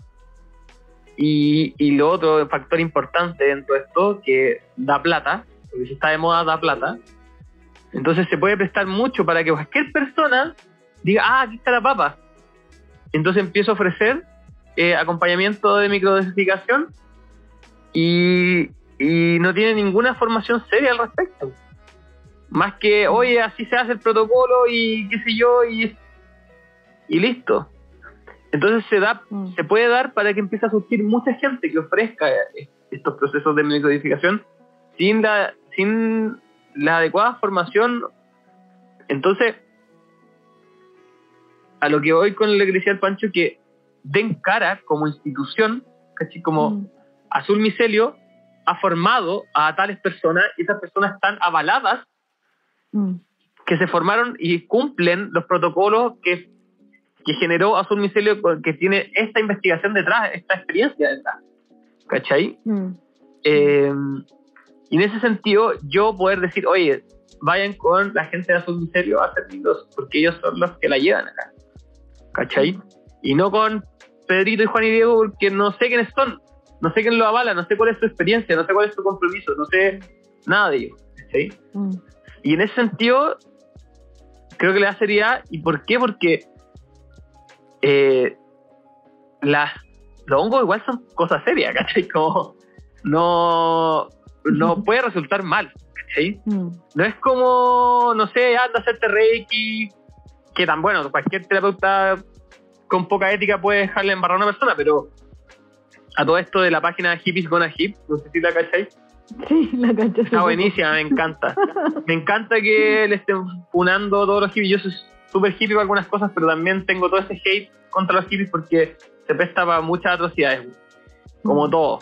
y lo otro, factor importante dentro de esto, que da plata, porque si está de moda da plata, entonces se puede prestar mucho para que cualquier persona diga, aquí está la papa. Entonces empiezo a ofrecer acompañamiento de microdosificación y no tiene ninguna formación seria al respecto. Más que, oye, así se hace el protocolo y qué sé yo, y listo. Entonces se puede dar para que empiece a surgir mucha gente que ofrezca estos procesos de microdosificación sin la adecuada formación. Entonces, a lo que voy con lo que decía el Pancho, que den cara como institución, ¿cachai? Como Azul Micelio ha formado a tales personas y esas personas están avaladas, que se formaron y cumplen los protocolos que generó Azul Micelio, que tiene esta investigación detrás, esta experiencia detrás, ¿cachai? Y en ese sentido, yo poder decir, oye, vayan con la gente de Azul Micelio a hacer libros, porque ellos son los que la llevan acá, ¿cachai? Y no con Pedrito y Juan y Diego, porque no sé quiénes son, no sé quién lo avala, no sé cuál es su experiencia, no sé cuál es su compromiso, no sé nada de ellos, ¿cachai? Y en ese sentido, creo que le da seriedad. ¿Y por qué? Porque los hongos igual son cosas serias, ¿cachai? Como no puede resultar mal, ¿cachai? No es como, no sé, anda a hacerte reiki, que tan bueno, cualquier terapeuta con poca ética puede dejarle embarrar a una persona, pero a todo esto de la página Hippies Gonna Hip, no sé si la cachai. Sí, la caché. Está buenísima, me encanta. Me encanta que le estén funando todos los hippies. Yo soy súper hippie para algunas cosas, pero también tengo todo ese hate contra los hippies porque se presta para muchas atrocidades, como todo.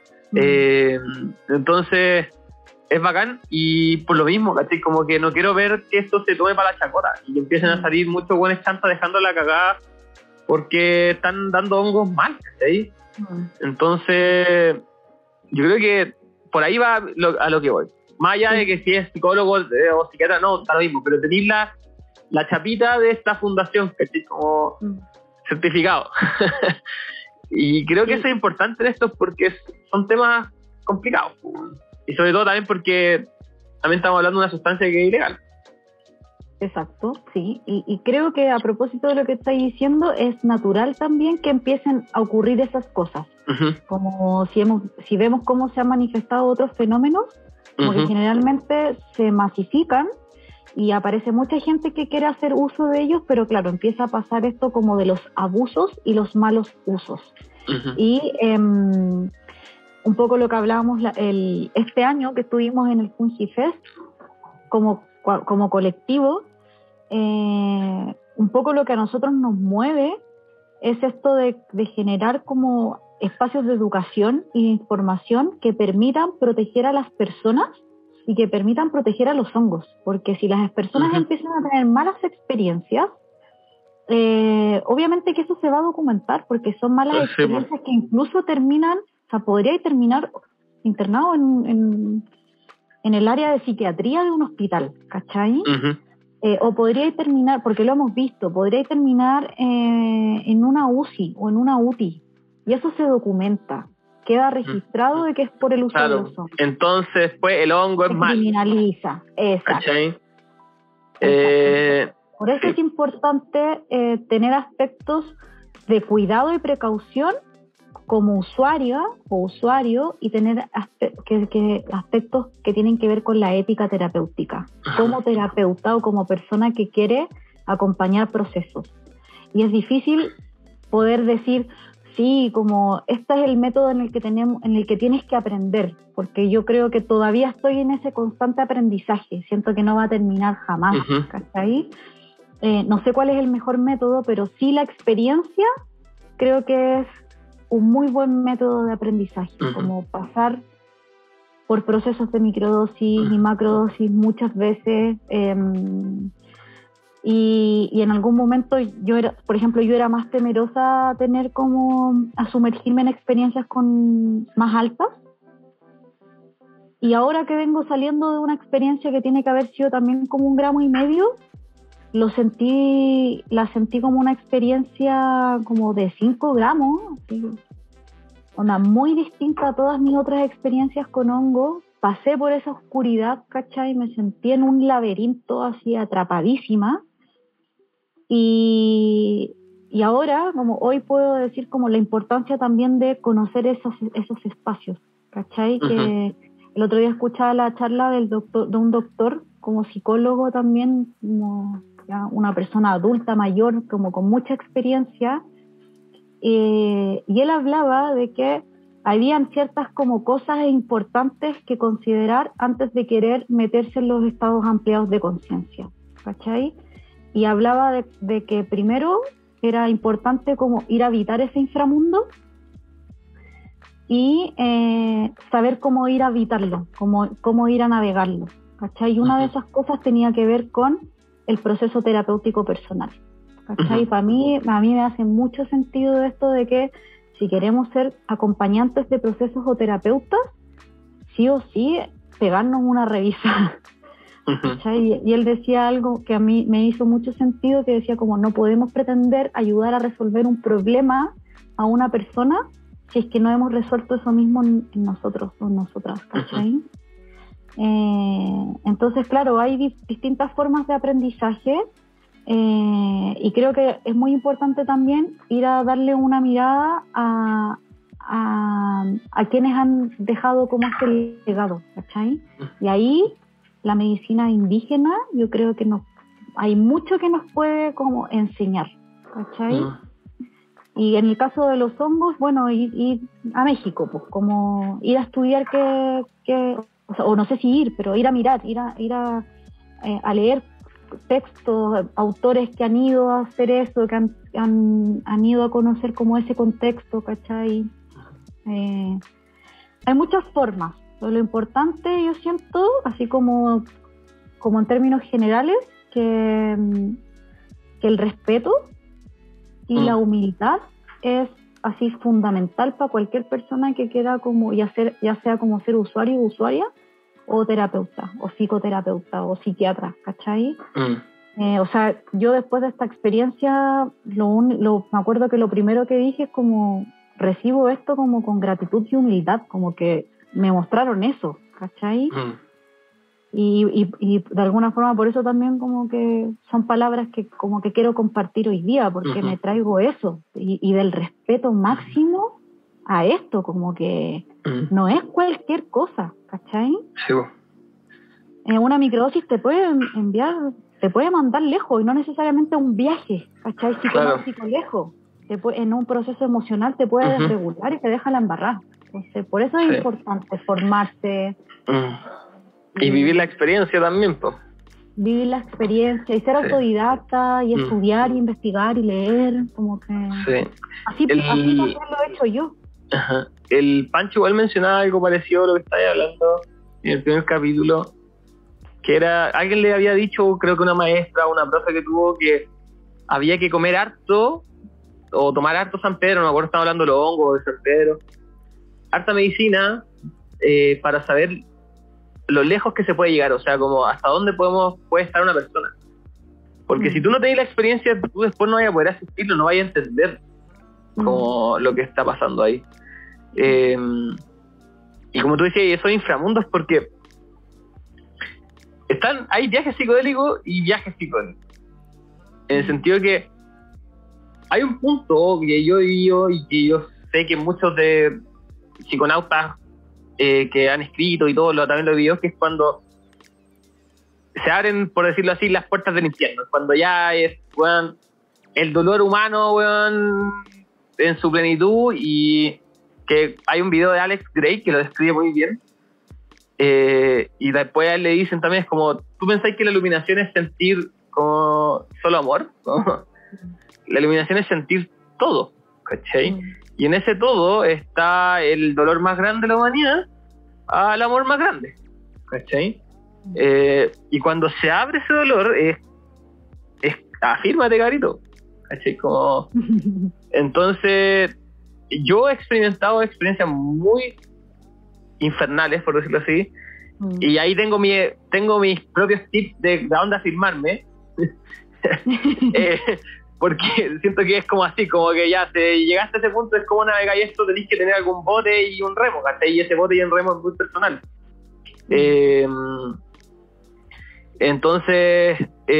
Entonces, es bacán y por lo mismo, ¿cachai? Como que no quiero ver que esto se tome para la chacota y que empiecen a salir muchos buenos chantas dejando la cagada porque están dando hongos mal, ¿cachai? Entonces, yo creo que por ahí va a lo que voy. Más allá de que si es psicólogo o psiquiatra, no, está lo mismo, pero tenéis la chapita de esta fundación, ¿cachai? Como certificado. Y creo que eso es importante en esto porque son temas complicados. Y sobre todo también porque también estamos hablando de una sustancia que es ilegal. Exacto, sí. Y creo que a propósito de lo que estáis diciendo, es natural también que empiecen a ocurrir esas cosas. Como si vemos cómo se han manifestado otros fenómenos, como que generalmente se masifican y aparece mucha gente que quiere hacer uso de ellos, pero claro, empieza a pasar esto como de los abusos y los malos usos. Y un poco lo que hablábamos este año que estuvimos en el FungiFest como colectivo, un poco lo que a nosotros nos mueve es esto de generar como espacios de educación y de información que permitan proteger a las personas y que permitan proteger a los hongos, porque si las personas empiezan a tener malas experiencias, obviamente que eso se va a documentar, porque son malas experiencias que incluso terminan, o sea, podría terminar internado en el área de psiquiatría de un hospital, ¿cachai? O podría terminar, porque lo hemos visto, podría terminar en una UCI o en una UTI, y eso se documenta, queda registrado de que es por el uso de los hongos. Entonces, pues, el hongo es mal. Se criminaliza, exacto. ¿Cachai? Por eso es importante tener aspectos de cuidado y precaución como usuaria o usuario y tener aspectos que tienen que ver con la ética terapéutica, como terapeuta o como persona que quiere acompañar procesos. Y es difícil poder decir, sí, como este es el método en el que tienes que aprender, porque yo creo que todavía estoy en ese constante aprendizaje, siento que no va a terminar jamás, ¿cachai? No sé cuál es el mejor método, pero sí la experiencia creo que es un muy buen método de aprendizaje, como pasar por procesos de microdosis y macrodosis muchas veces, y en algún momento yo era más temerosa a sumergirme en experiencias más altas, y ahora que vengo saliendo de una experiencia que tiene que haber sido también como 1,5 gramos, la sentí como una experiencia como de 5 gramos, así, muy distinta a todas mis otras experiencias con hongo. Pasé por esa oscuridad, ¿cachai? Me sentí en un laberinto así atrapadísima, y ahora, como hoy puedo decir como la importancia también de conocer esos espacios, ¿cachai? Uh-huh. Que el otro día escuchaba la charla de un doctor como psicólogo también, como ya una persona adulta, mayor, como con mucha experiencia, y él hablaba de que habían ciertas como cosas importantes que considerar antes de querer meterse en los estados ampliados de conciencia, ¿cachai? Y hablaba de que primero era importante como ir a habitar ese inframundo y saber cómo ir a habitarlo, cómo ir a navegarlo, ¿cachai? Y una de esas cosas tenía que ver con el proceso terapéutico personal, ¿cachai? Uh-huh. A mí me hace mucho sentido esto de que si queremos ser acompañantes de procesos o terapeutas, sí o sí, pegarnos una revisada. Uh-huh. Y él decía algo que a mí me hizo mucho sentido, que decía como no podemos pretender ayudar a resolver un problema a una persona si es que no hemos resuelto eso mismo en nosotros o en nosotras, ¿cachai? Uh-huh. Entonces, claro, hay distintas formas de aprendizaje, y creo que es muy importante también ir a darle una mirada a quienes han dejado como este legado, ¿cachai? Y ahí la medicina indígena, yo creo que hay mucho que nos puede como enseñar, ¿cachai? Uh-huh. Y en el caso de los hongos, bueno, ir a México, pues como ir a estudiar o no sé si pero ir a mirar, ir a leer textos, autores que han ido a hacer eso, que han ido a conocer como ese contexto, ¿cachai? Hay muchas formas. Lo importante, yo siento, así como en términos generales, que el respeto y la humildad es así fundamental para cualquier persona que quiera como ya sea como ser usuario o usuaria, o terapeuta, o psicoterapeuta, o psiquiatra, ¿cachai? O sea, yo después de esta experiencia, me acuerdo que lo primero que dije es como, recibo esto como con gratitud y humildad, como que me mostraron eso, ¿cachai? Y de alguna forma por eso también como que son palabras que como que quiero compartir hoy día, porque me traigo eso, y del respeto máximo a esto, como que no es cualquier cosa, ¿cachai? Sí. Una microdosis te puede mandar lejos, y no necesariamente un viaje, ¿cachai? Psicológico, claro, lejos. En un proceso emocional te puede desregular y te deja la embarrada. Entonces, por eso es importante formarse. Y vivir la experiencia también, pues. Vivir la experiencia y ser autodidacta y estudiar y investigar y leer, como que... Sí. Así también lo he hecho yo. Ajá. El Pancho igual mencionaba algo parecido a lo que estáis hablando en el primer capítulo, que era, alguien le había dicho, creo que una maestra o una profe que tuvo, que había que comer harto o tomar harto San Pedro, no me acuerdo, estaba hablando de los hongos de San Pedro, harta medicina, para saber lo lejos que se puede llegar, o sea, como hasta dónde puede estar una persona, porque si tú no tenés la experiencia, tú después no vas a poder asistirlo, no vas a entender como lo que está pasando ahí. Y como tú decías, esos inframundos, porque hay viajes psicodélicos y viajes psicodélicos, en el sentido que hay un punto que yo he vivido y que yo sé que muchos de psiconautas que han escrito y todo también lo he vivido, que es cuando se abren, por decirlo así, las puertas del infierno, cuando ya es, weón, el dolor humano, weón, en su plenitud, y que hay un video de Alex Gray que lo describe muy bien, y después a él le dicen también, es como, ¿tú pensáis que la iluminación es sentir como solo amor? ¿No? La iluminación es sentir todo, ¿cachai? Y en ese todo está el dolor más grande de la humanidad, al amor más grande, ¿cachai? Y cuando se abre ese dolor, es afírmate, cabrito, ¿cachai? Como, entonces, yo he experimentado experiencias muy infernales, por decirlo así, y ahí tengo mis propios tips de dónde afirmarme, porque siento que es como así, como que ya, si llegaste a ese punto, es como navegar y esto, tenés que tener algún bote y un remo, ¿cachai? Y ese bote y el remo es muy personal. Entonces,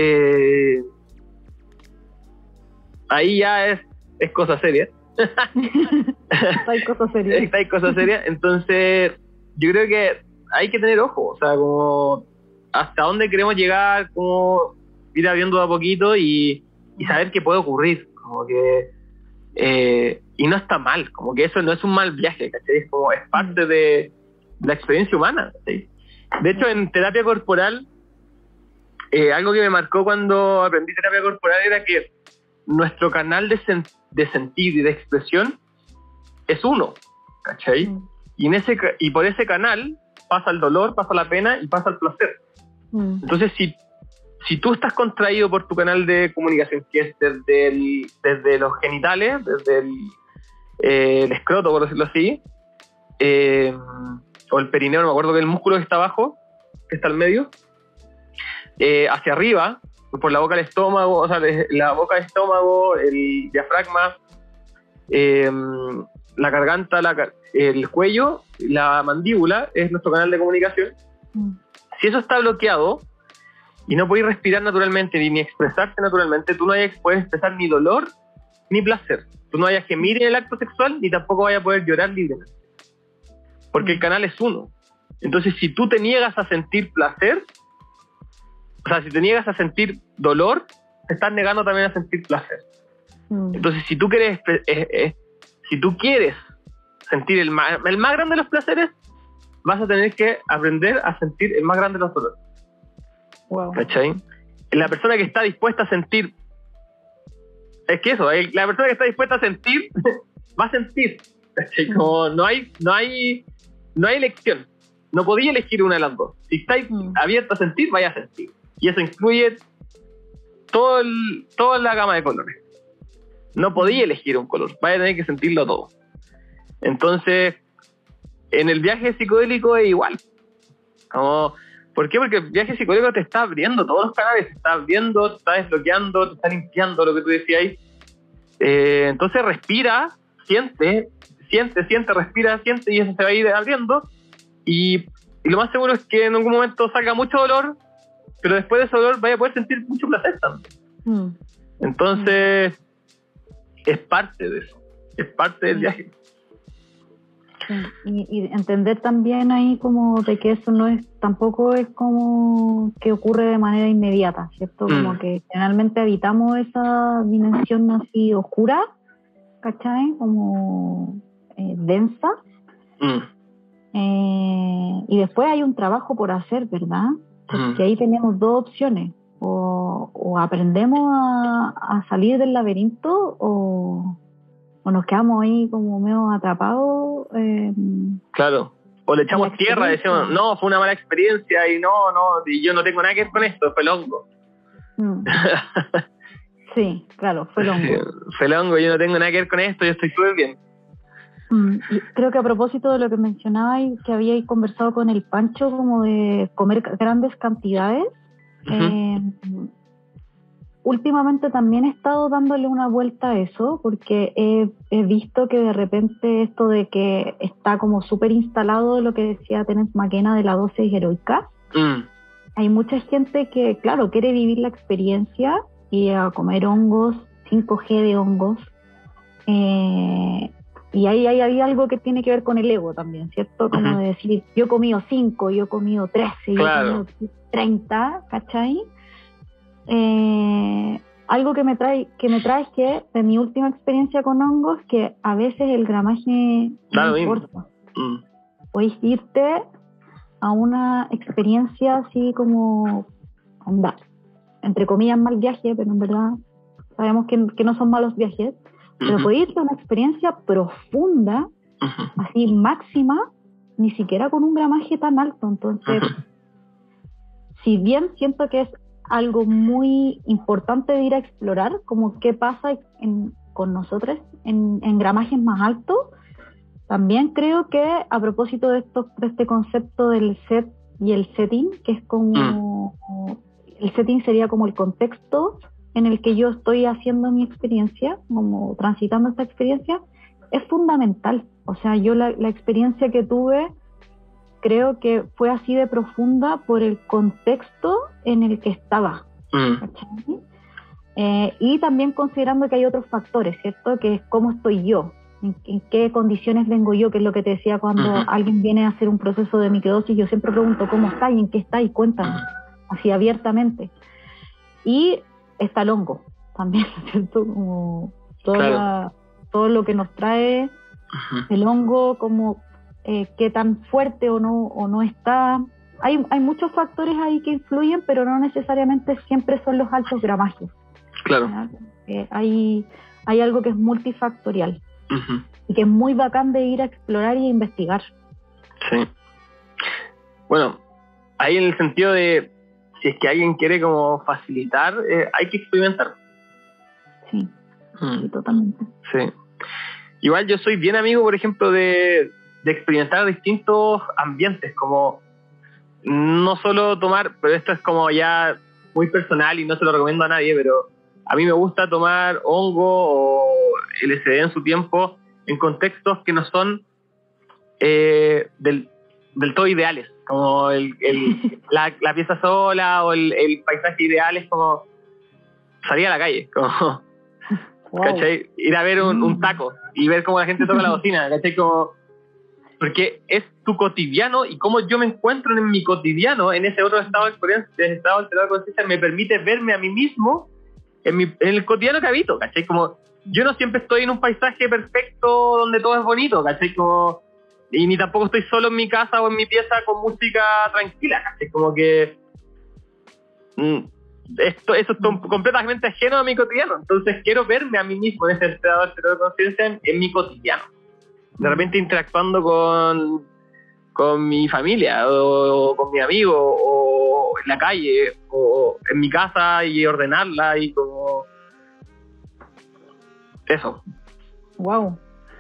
ahí ya es cosa seria. Hay cosas serias. Hay cosas serias. Entonces, yo creo que hay que tener ojo, o sea, como hasta dónde queremos llegar, como ir abriendo de a poquito y saber qué puede ocurrir, como que y no está mal, como que eso no es un mal viaje, ¿cachai? Es como, es parte de la experiencia humana, ¿cachai? De hecho, en terapia corporal, algo que me marcó cuando aprendí terapia corporal era que nuestro canal de sentir y de expresión es uno, ¿cachai? Y por ese canal pasa el dolor, pasa la pena y pasa el placer. Entonces, si tú estás contraído por tu canal de comunicación, que es desde los genitales, desde el escroto, por decirlo así, o el perineo, no me acuerdo, que el músculo que está abajo, que está al medio, hacia arriba, por la boca al estómago, o sea, la boca al estómago, el diafragma, la garganta, el cuello, la mandíbula, es nuestro canal de comunicación. Si eso está bloqueado y no podéis respirar naturalmente ni expresarte naturalmente, tú no puedes expresar ni dolor ni placer. Tú no vayas a gemir en el acto sexual ni tampoco vayas a poder llorar libremente. Porque el canal es uno. Entonces, si tú te niegas a sentir placer, o sea, si te niegas a sentir dolor, te estás negando también a sentir placer. Entonces, si tú quieres sentir el más grande de los placeres, vas a tener que aprender a sentir el más grande de los dolores. Wow. ¿Cachai? La persona que está dispuesta a sentir, es que eso, la persona que está dispuesta a sentir, va a sentir. ¿Cachai? Como no hay elección. No podía elegir una de las dos. Si estáis abierto a sentir, vaya a sentir. Y eso incluye toda la gama de colores. No podía elegir un color, vaya a tener que sentirlo todo. Entonces, en el viaje psicodélico es igual. ¿Por qué? Porque el viaje psicodélico te está abriendo todos los canales, te está abriendo, te está desbloqueando, te está limpiando lo que tú decías ahí. Entonces respira, siente, respira, siente, y eso se va a ir abriendo. Y lo más seguro es que en algún momento salga mucho dolor, pero después de ese dolor vaya a poder sentir mucho placer también. Entonces, es parte de eso, es parte del viaje. Sí. Y entender también ahí como de que eso tampoco es como que ocurre de manera inmediata, ¿cierto? Como que generalmente habitamos esa dimensión así oscura, ¿cachai? Como densa. Y después hay un trabajo por hacer, ¿verdad? Porque ahí tenemos dos opciones: o aprendemos a salir del laberinto o nos quedamos ahí como medio atrapados. Claro, o le echamos tierra, decimos, no, fue una mala experiencia y y yo no tengo nada que ver con esto, fue el hongo. Sí, claro, fue el hongo. Fue el hongo, yo no tengo nada que ver con esto, yo estoy súper bien. Y creo que a propósito de lo que mencionabais, que habíais conversado con el Pancho como de comer grandes cantidades, últimamente también he estado dándole una vuelta a eso, porque he visto que de repente esto de que está como súper instalado lo que decía Terence McKenna de la dosis heroica. Hay mucha gente que, claro, quiere vivir la experiencia y a comer hongos, 5G de hongos, y ahí hay algo que tiene que ver con el ego también, ¿cierto? Como de decir, yo he comido 5, yo he comido 13, claro. Yo he comido 30, ¿cachai? Algo que me trae es que de mi última experiencia con hongos, que a veces el gramaje no importa. Puedes irte a una experiencia así como, entre comillas, mal viaje, pero en verdad sabemos que no son malos viajes, pero puedes irte a una experiencia profunda, así máxima, ni siquiera con un gramaje tan alto. Entonces, si bien siento que es algo muy importante de ir a explorar, como qué pasa con nosotros en gramajes más altos, también creo que a propósito de este concepto del set y el setting, que es como el setting sería como el contexto en el que yo estoy haciendo mi experiencia, como transitando esta experiencia, es fundamental. O sea, yo la experiencia que tuve creo que fue así de profunda por el contexto en el que estaba. Y también considerando que hay otros factores, ¿cierto? Que es cómo estoy yo, en qué condiciones vengo yo, que es lo que te decía cuando alguien viene a hacer un proceso de microdosis. Yo siempre pregunto cómo está y en qué está y cuéntanos, así abiertamente. Y está el hongo también, ¿cierto? Como todo lo que nos trae el hongo, como qué tan fuerte o no está. Hay muchos factores ahí que influyen, pero no necesariamente siempre son los altos gramajes. Claro. Hay algo que es multifactorial y que es muy bacán de ir a explorar y a investigar. Sí. Bueno, ahí en el sentido de si es que alguien quiere como facilitar, hay que experimentar. Sí, sí, totalmente. Sí. Igual yo soy bien amigo, por ejemplo, de experimentar distintos ambientes, como no solo tomar, pero esto es como ya muy personal y no se lo recomiendo a nadie, pero a mí me gusta tomar hongo o LSD en su tiempo en contextos que no son del todo ideales, como la pieza sola o el paisaje ideal. Es como salir a la calle, como ¿cachai? Ir a ver un taco y ver cómo la gente toca la bocina, ¿cachai? Como, porque es tu cotidiano, y cómo yo me encuentro en mi cotidiano, en ese otro estado alterado de conciencia, me permite verme a mí mismo en el cotidiano que habito, ¿cachai? Como yo no siempre estoy en un paisaje perfecto donde todo es bonito, ¿cachai? Como, y ni tampoco estoy solo en mi casa o en mi pieza con música tranquila, ¿cachai? Como que eso es completamente ajeno a mi cotidiano. Entonces quiero verme a mí mismo en ese estado alterado de conciencia en mi cotidiano, de repente interactuando con mi familia o con mi amigo o en la calle o en mi casa, y ordenarla y como eso. Wow.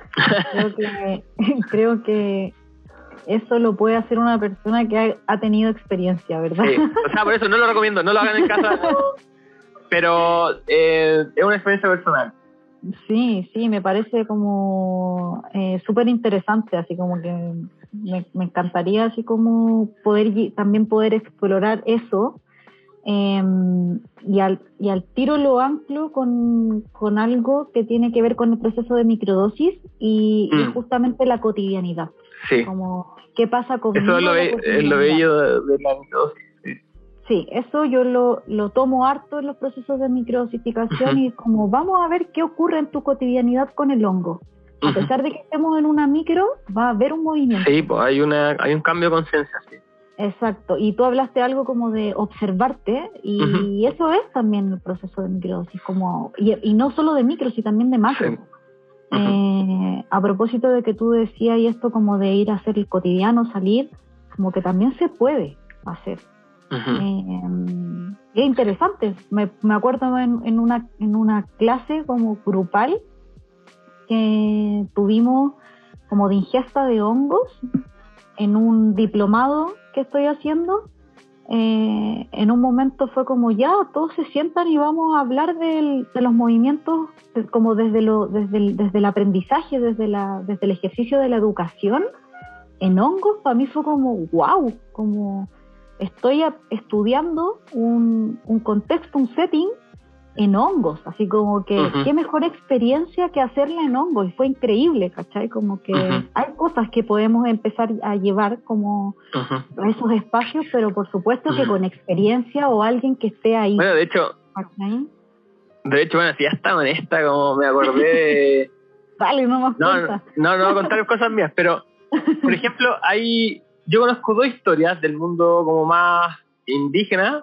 Creo que eso lo puede hacer una persona que ha tenido experiencia, ¿verdad? Sí. O sea, por eso no lo recomiendo, no lo hagan en casa, pero es una experiencia personal. Sí, me parece como súper interesante, así como que me encantaría así como también poder explorar eso, y al tiro lo anclo con algo que tiene que ver con el proceso de microdosis y justamente la cotidianidad. Sí. Como, ¿qué pasa conmigo? Eso es lo bello de la microdosis. Sí, eso yo lo tomo harto en los procesos de microdosificación, y como vamos a ver qué ocurre en tu cotidianidad con el hongo. A pesar de que estemos en una micro, va a haber un movimiento. Sí, pues hay un cambio de conciencia, sí. Exacto, y tú hablaste algo como de observarte, y eso es también el proceso de microdosis, como, y no solo de micro, sino también de macro. Sí. A propósito de que tú decías, y esto como de ir a hacer el cotidiano, salir, como que también se puede hacer. Es interesante. Me acuerdo en una clase como grupal que tuvimos como de ingesta de hongos en un diplomado que estoy haciendo. En un momento fue como, ya todos se sientan y vamos a hablar de los movimientos, como desde el aprendizaje, desde el ejercicio de la educación en hongos. Para mí fue como wow, como estoy estudiando un contexto, un setting en hongos, así como que qué mejor experiencia que hacerla en hongos, y fue increíble, ¿cachai? Como que hay cosas que podemos empezar a llevar como a esos espacios, pero por supuesto que con experiencia o alguien que esté ahí. Bueno, de hecho, bueno, si ya estaba en esta, como me acordé de... Dale, no más cuenta. No voy a contar cosas mías, pero por ejemplo, yo conozco dos historias del mundo como más indígena.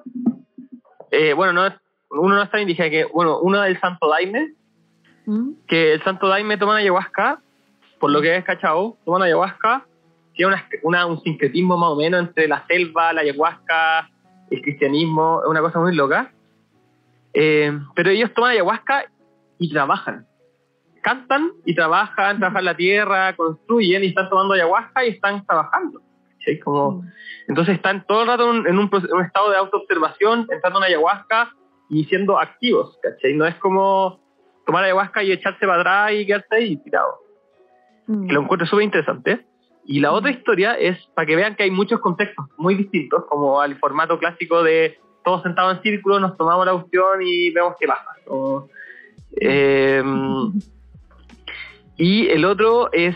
Uno no es tan indígena, que uno del Santo Daime, que el Santo Daime toman ayahuasca, por lo que es cachao, toman ayahuasca tiene un sincretismo más o menos entre la selva, la ayahuasca, el cristianismo, es una cosa muy loca. Pero ellos toman ayahuasca y trabajan. Cantan y trabajan la tierra, construyen y están tomando ayahuasca y están trabajando. ¿Sí? Entonces están todo el rato en un estado de autoobservación, entrando en ayahuasca y siendo activos, ¿cachai? No es como tomar ayahuasca y echarse para atrás y quedarse ahí tirado. Que lo encuentro súper interesante. Y la otra historia es para que vean que hay muchos contextos muy distintos, como al formato clásico de todos sentados en círculo, nos tomamos la cuestión y vemos qué pasa. Y el otro es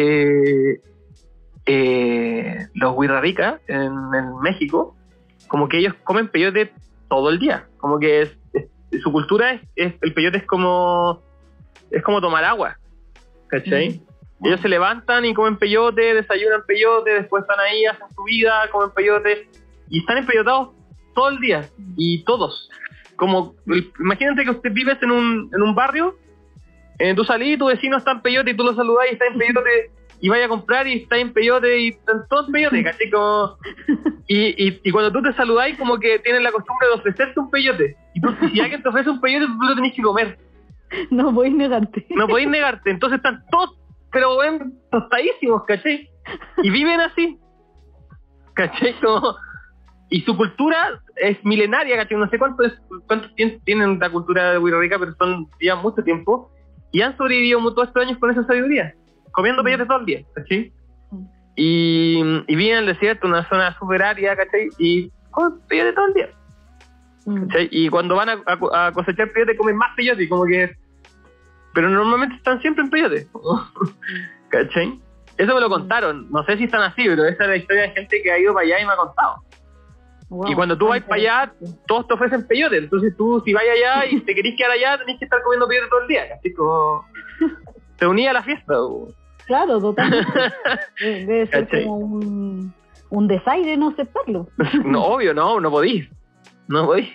los Wixárika en México, como que ellos comen peyote todo el día, como que su cultura el peyote es como tomar agua, ¿cachai? Ellos se levantan y comen peyote, desayunan peyote, después están ahí, hacen su vida, comen peyote y están empeyotados todo el día, y todos. Imagínate que usted vives en un barrio, tú salís, tu vecino está en peyote y tú lo saludás y está en peyote, y vaya a comprar y está en peyote y están todos en peyote, ¿cachai? Y cuando tú te saludás, como que tienen la costumbre de ofrecerte un peyote, y si alguien te ofrece un peyote, tú lo tenés que comer. No podéis negarte. No podéis negarte, entonces están todos, pero tostadísimos, ¿cachai? Y viven así, ¿cachai? Y su cultura es milenaria, ¿cachai? No sé cuánto tienen la cultura de Wixárika, pero llevan mucho tiempo y han sobrevivido todos estos años con esa sabiduría, comiendo peyote todo el día, ¿cachai? Y viven en el desierto, una zona súper árida, ¿cachai? Y comen peyote todo el día, ¿cachai? Y cuando van a cosechar peyote comen más peyote, pero normalmente están siempre en peyote, ¿cachai? Eso me lo contaron, no sé si están así, pero esa es la historia de gente que ha ido para allá y me ha contado. Wow, y cuando tú vas para allá, todos te ofrecen peyote. Entonces tú, si vas allá y te querés quedar allá, tenés que estar comiendo peyote todo el día. Así como te unís a la fiesta. Claro, totalmente. Debe ser como un desaire no aceptarlo. No, obvio, no podís. No podís.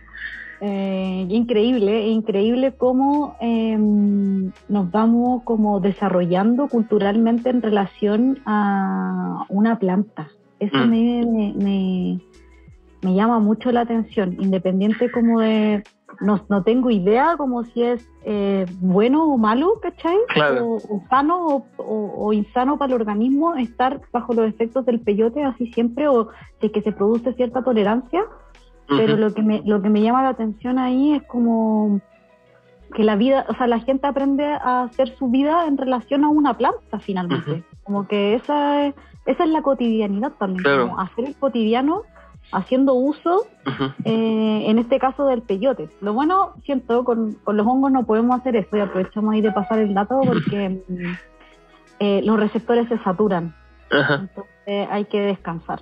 Increíble cómo nos vamos como desarrollando culturalmente en relación a una planta. Eso me llama mucho la atención, independiente como de, no tengo idea como si es bueno o malo, ¿cachai? Claro. O sano o insano para el organismo estar bajo los efectos del peyote así siempre, o si es que se produce cierta tolerancia, pero lo que me llama la atención ahí es como que la vida, o sea, la gente aprende a hacer su vida en relación a una planta finalmente, como que esa es la cotidianidad también, claro. Como hacer el cotidiano haciendo uso, en este caso del peyote. Lo bueno, siento, con los hongos no podemos hacer eso, y aprovechamos ahí de pasar el dato porque los receptores se saturan, entonces hay que descansar.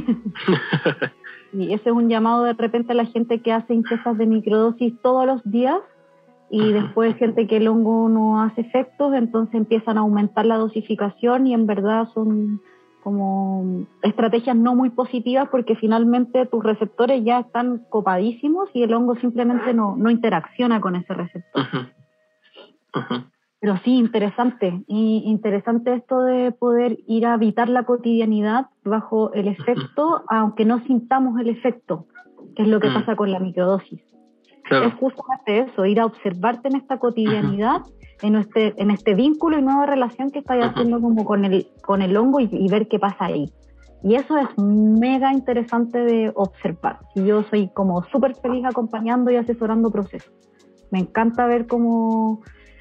Y ese es un llamado de repente a la gente que hace ingestas de microdosis todos los días, y después siente que el hongo no hace efectos, entonces empiezan a aumentar la dosificación, y en verdad son como estrategias no muy positivas, porque finalmente tus receptores ya están copadísimos y el hongo simplemente no interacciona con ese receptor. Pero sí, interesante esto de poder ir a habitar la cotidianidad bajo el efecto, aunque no sintamos el efecto, que es lo que pasa con la microdosis. Claro. Es justamente eso, ir a observarte en esta cotidianidad, en este vínculo y nueva relación que estás haciendo como con el hongo, y ver qué pasa ahí. Y eso es mega interesante de observar. Y yo soy como súper feliz acompañando y asesorando procesos. Me encanta ver cómo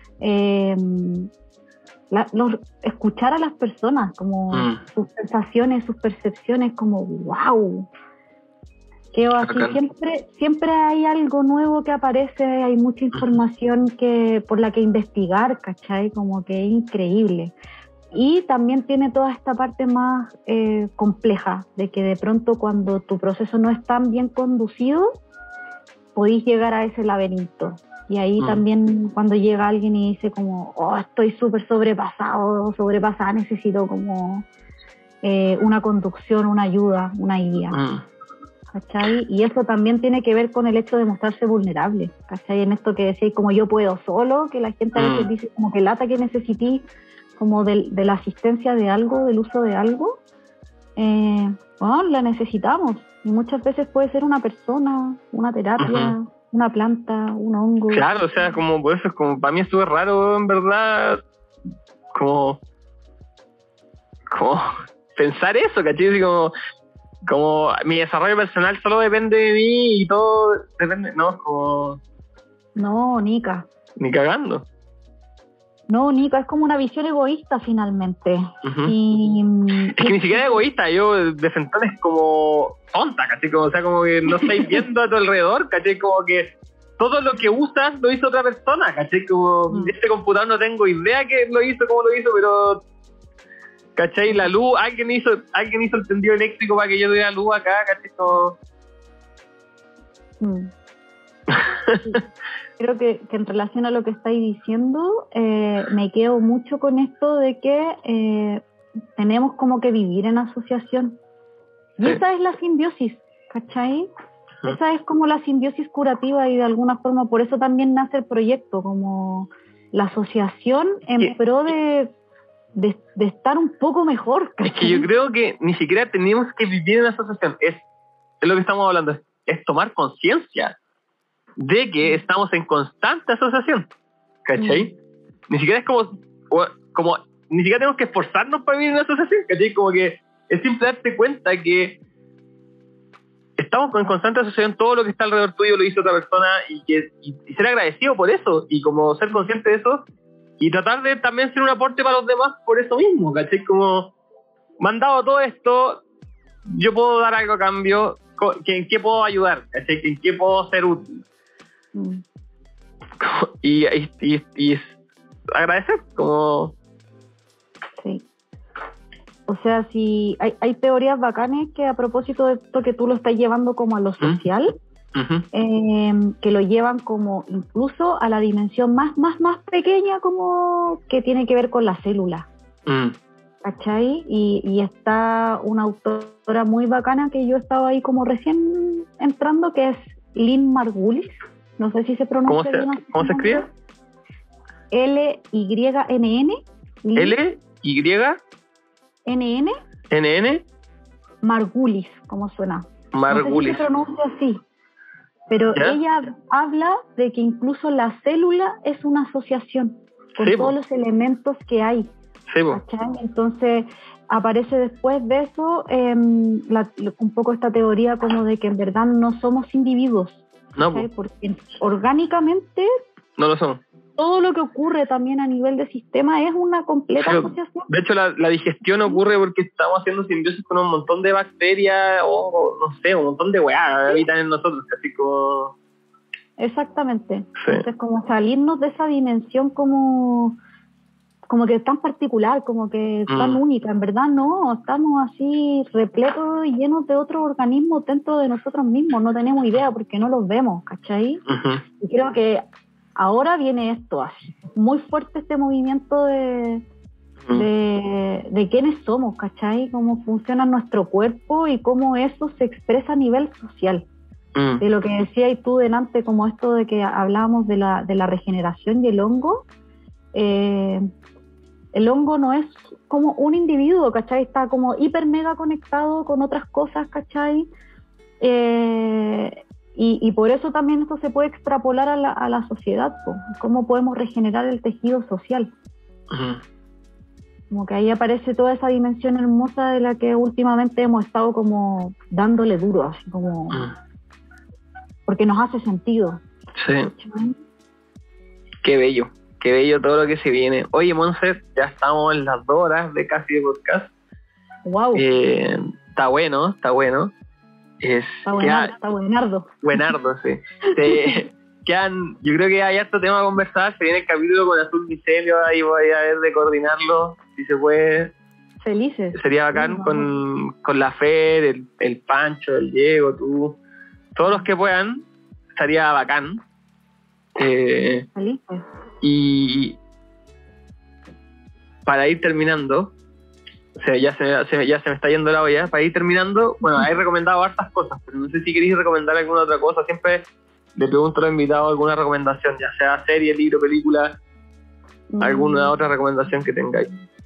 escuchar a las personas, como sus sensaciones, sus percepciones, como wow. Que así siempre hay algo nuevo que aparece, hay mucha información por la que investigar, ¿cachai? Como que es increíble. Y también tiene toda esta parte más compleja, de que de pronto cuando tu proceso no es tan bien conducido, podéis llegar a ese laberinto. Y ahí también cuando llega alguien y dice como, estoy súper sobrepasada, necesito como una conducción, una ayuda, una guía. ¿Cachai? Y eso también tiene que ver con el hecho de mostrarse vulnerable, ¿cachai? En esto que decís, como yo puedo solo, que la gente a veces dice como que lata que necesití como de la asistencia de algo, del uso de algo, bueno, la necesitamos. Y muchas veces puede ser una persona, una terapia, una planta, un hongo. Claro, o sea, como por eso es como, para mí es súper raro, en verdad, como pensar eso, ¿cachai? Así como mi desarrollo personal solo depende de mí y todo depende, no, como... No, Nika. Ni cagando. No, Nika, es como una visión egoísta finalmente. Es que ni siquiera es egoísta, yo de frente es como tonta, ¿cachai? Como, o sea, como que no estáis viendo a tu alrededor, ¿cachai? Como que todo lo que usas lo hizo otra persona, ¿cachai? Como este computador no tengo idea que lo hizo, cómo lo hizo, pero... ¿Cachai? La luz, alguien hizo el tendido eléctrico para que yo tuviera luz acá, ¿cachai? Como... Sí. Creo que en relación a lo que estáis diciendo, me quedo mucho con esto de que tenemos como que vivir en asociación. Y esa es la simbiosis, ¿cachai? Esa es como la simbiosis curativa y de alguna forma por eso también nace el proyecto, como la asociación en pro de estar un poco mejor, ¿cachai? Es que yo creo que ni siquiera tenemos que vivir en asociación, es lo que estamos hablando, es tomar conciencia de que estamos en constante asociación, ¿cachai? Ni siquiera es como ni siquiera tenemos que esforzarnos para vivir en asociación, ¿cachai? Como que es simple darte cuenta que estamos en constante asociación, todo lo que está alrededor tuyo lo hizo otra persona y ser agradecido por eso y como ser consciente de eso y tratar de también ser un aporte para los demás por eso mismo, ¿cachai? Como me han dado todo esto, yo puedo dar algo a cambio, ¿en qué puedo ayudar? ¿Cachai? ¿En qué puedo ser útil? Y agradecer, como... Sí. O sea, si hay teorías bacanes que a propósito de esto que tú lo estás llevando como a lo social, que lo llevan como incluso a la dimensión más pequeña, como que tiene que ver con la célula. ¿Cachai? Y está una autora muy bacana que yo estaba ahí como recién entrando, que es Lynn Margulis. No sé si se pronuncia bien. ¿Cómo se escribe? L-Y-N-N. L-Y-N-N. N-N. Margulis, ¿cómo suena? Margulis. No sé si se pronuncia así. Pero ¿ya? ella habla de que incluso la célula es una asociación con todos los elementos que hay. Sí, entonces aparece después de eso un poco esta teoría como de que en verdad no somos individuos, porque orgánicamente no lo somos. Todo lo que ocurre también a nivel de sistema es una completa asociación. De hecho, la digestión ocurre porque estamos haciendo simbiosis con un montón de bacterias o no sé, un montón de weá que habitan en nosotros, así como... Exactamente. Entonces, como salirnos de esa dimensión como que tan particular, como que tan única, en verdad no, estamos así repletos y llenos de otros organismos dentro de nosotros mismos, no tenemos idea porque no los vemos, ¿cachai? Y creo que ahora viene esto así, muy fuerte este movimiento de quiénes somos, ¿cachai? Cómo funciona nuestro cuerpo y cómo eso se expresa a nivel social. De lo que decías tú delante, como esto de que hablábamos de la regeneración y el hongo, el hongo no es como un individuo, ¿cachai? Está como hiper mega conectado con otras cosas, ¿cachai? Y por eso también esto se puede extrapolar a la sociedad, ¿no? Cómo podemos regenerar el tejido social. Como que ahí aparece toda esa dimensión hermosa de la que últimamente hemos estado como dándole duro, así como... porque nos hace sentido. Sí. ¿Sí? Qué bello todo lo que se viene. Oye, Monse, ya estamos en las 2 horas de casi de podcast. Wow. Está bueno. Está buenardo. Buenardo, sí. Yo creo que hay harto tema a conversar. Se viene el capítulo con Azul Micelio, ahí voy a ver de coordinarlo, si se puede. Felices. Sería bacán con la Fer, el Pancho, el Diego, tú. Todos los que puedan, estaría bacán. Felices. Y para ir terminando, o sea, ya se me está yendo la olla. Para ir terminando, bueno, he recomendado hartas cosas, pero no sé si queréis recomendar alguna otra cosa. Siempre le pregunto a los invitados alguna recomendación, ya sea serie, libro, película, alguna otra recomendación que tengáis.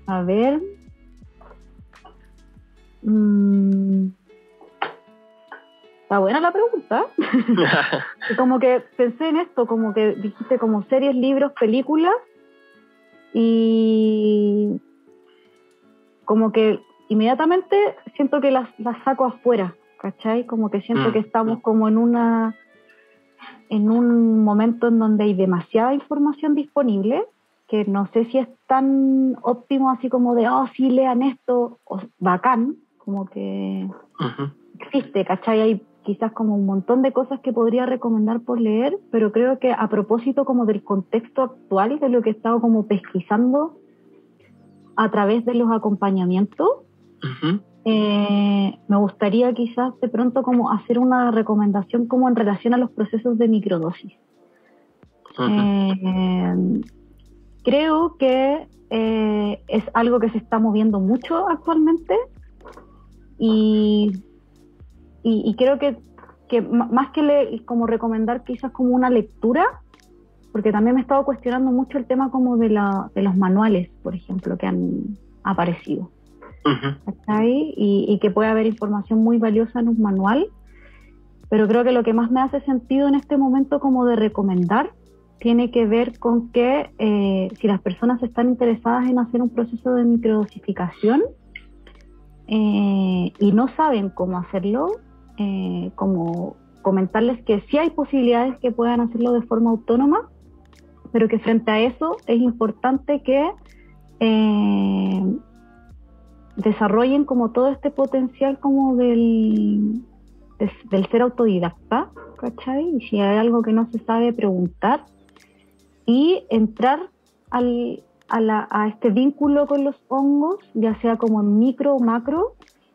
A ver. Está buena la pregunta. Y como que pensé en esto, como que dijiste como series, libros, películas, y como que inmediatamente siento que las saco afuera, ¿cachai? Como que siento que estamos como en un momento en donde hay demasiada información disponible, que no sé si es tan óptimo así como de, sí, lean esto, o bacán, como que existe, ¿cachai? Hay quizás como un montón de cosas que podría recomendar por leer, pero creo que a propósito como del contexto actual, de lo que he estado como pesquisando a través de los acompañamientos, me gustaría quizás de pronto como hacer una recomendación como en relación a los procesos de microdosis. Creo que es algo que se está moviendo mucho actualmente y creo que más que como recomendar quizás como una lectura, porque también me he estado cuestionando mucho el tema como de los manuales, por ejemplo, que han aparecido. ¿Está ahí? Y que puede haber información muy valiosa en un manual, pero creo que lo que más me hace sentido en este momento como de recomendar tiene que ver con que si las personas están interesadas en hacer un proceso de microdosificación y no saben cómo hacerlo, como comentarles que sí hay posibilidades que puedan hacerlo de forma autónoma, pero que frente a eso es importante que desarrollen como todo este potencial como del ser autodidacta, ¿cachai? Y si hay algo que no se sabe, preguntar y entrar a este vínculo con los hongos, ya sea como en micro o macro,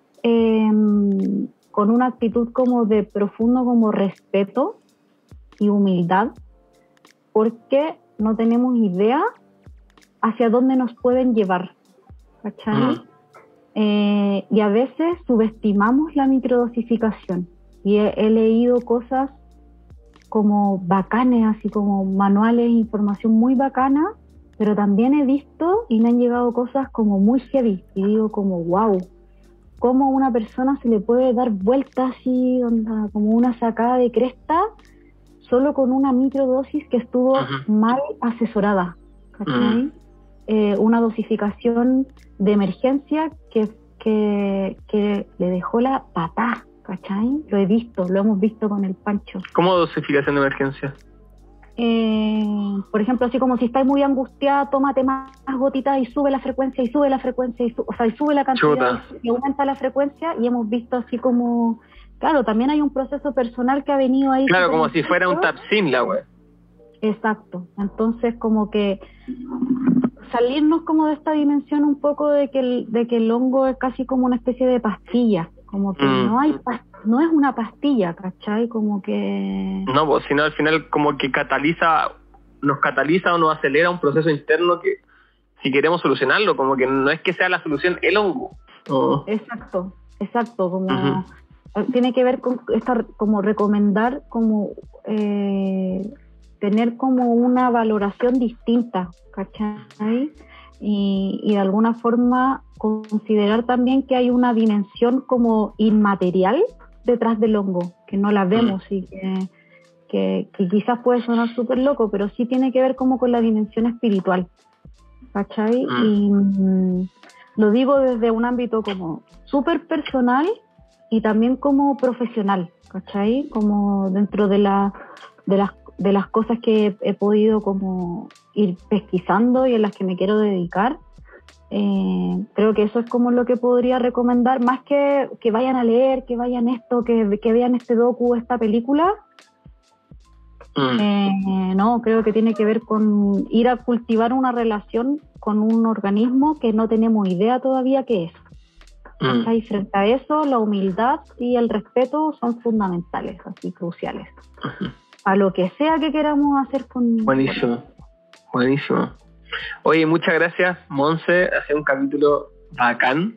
con una actitud como de profundo como respeto y humildad, porque no tenemos idea hacia dónde nos pueden llevar, ¿cachai? Y a veces subestimamos la microdosificación, y he leído cosas como bacanes, así como manuales, información muy bacana, pero también he visto y me han llegado cosas como muy heavy, y digo como wow, cómo a una persona se le puede dar vueltas así, como una sacada de cresta, solo con una microdosis que estuvo mal asesorada, ¿cachai? Una dosificación de emergencia que le dejó la patada, ¿cachai? Lo hemos visto con el Pancho. ¿Cómo dosificación de emergencia? Por ejemplo, así como si estás muy angustiada, tómate más gotitas y sube la frecuencia, y sube la cantidad y aumenta la frecuencia, y hemos visto así como, claro, también hay un proceso personal que ha venido ahí. Claro, como si fuera un Tapsin la web. Exacto, entonces como que salirnos como de esta dimensión un poco de que el hongo es casi como una especie de pastilla, como que no es una pastilla, ¿cachai? Como que... No, pues sino al final como que nos cataliza o nos acelera un proceso interno que si queremos solucionarlo, como que no es que sea la solución el hongo. Exacto, como tiene que ver con como recomendar como tener como una valoración distinta, ¿cachai? Y de alguna forma considerar también que hay una dimensión como inmaterial detrás del hongo, que no la vemos y que quizás puede sonar súper loco, pero sí tiene que ver como con la dimensión espiritual, ¿cachai? Y lo digo desde un ámbito como súper personal y también como profesional, ¿cachai? Como dentro de las cosas que he podido como ir pesquisando y en las que me quiero dedicar. Creo que eso es como lo que podría recomendar, más que vayan a leer, que vayan que vean este docu, esta película. No, creo que tiene que ver con ir a cultivar una relación con un organismo que no tenemos idea todavía qué es. Y frente a eso, la humildad y el respeto son fundamentales, así cruciales. A lo que sea que queramos hacer con... Buenísimo. Oye, muchas gracias, Monse. Ha sido un capítulo bacán.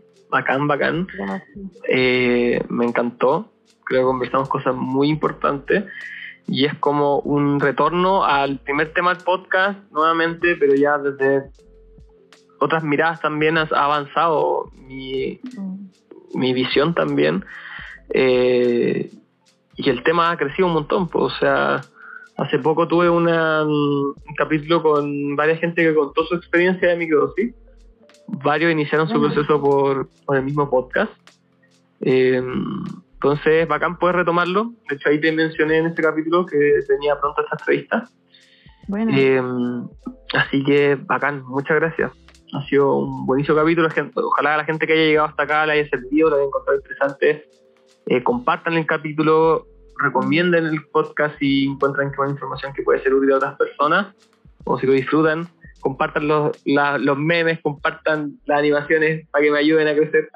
Me encantó. Creo que conversamos cosas muy importantes y es como un retorno al primer tema del podcast nuevamente, pero ya desde otras miradas también ha avanzado mi visión también, y el tema ha crecido un montón, pues, o sea, hace poco tuve un capítulo con varias gente que contó su experiencia de microdosis. Varios iniciaron su proceso por el mismo podcast. Entonces, bacán poder retomarlo. De hecho, ahí te mencioné en este capítulo que tenía pronto esta entrevista. Bueno. Así que, bacán, muchas gracias. Ha sido un buenísimo capítulo. Ojalá a la gente que haya llegado hasta acá le haya servido, lo haya encontrado interesante. Compartan el capítulo, recomienden el podcast si encuentran que hay información que puede ser útil a otras personas, o si lo disfrutan, compartan los memes, compartan las animaciones para que me ayuden a crecer.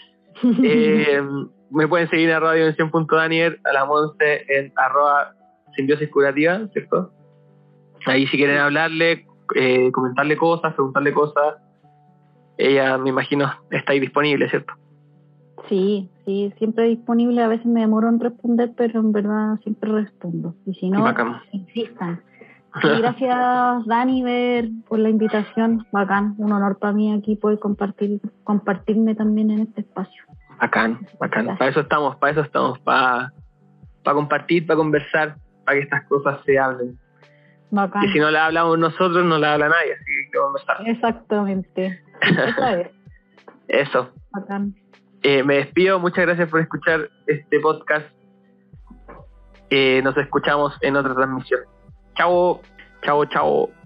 Me pueden seguir en @dimension.daniel, a la Monse en @simbiosis curativa, ¿cierto? Ahí si quieren hablarle, comentarle cosas, preguntarle cosas, ella me imagino está ahí disponible, ¿cierto? Sí, siempre disponible. A veces me demoro en responder, pero en verdad siempre respondo. Y si no, insistan. Sí, gracias, Dani, por la invitación. Bacán, un honor para mí aquí poder compartirme también en este espacio. Bacán. Gracias. Para eso estamos, para compartir, para conversar, para que estas cosas se hablen. Bacán. Y si no la hablamos nosotros, no la habla nadie, así que conversar. Exactamente. Esa es. Eso. Bacán. Me despido, muchas gracias por escuchar este podcast. Nos escuchamos en otra transmisión. Chao.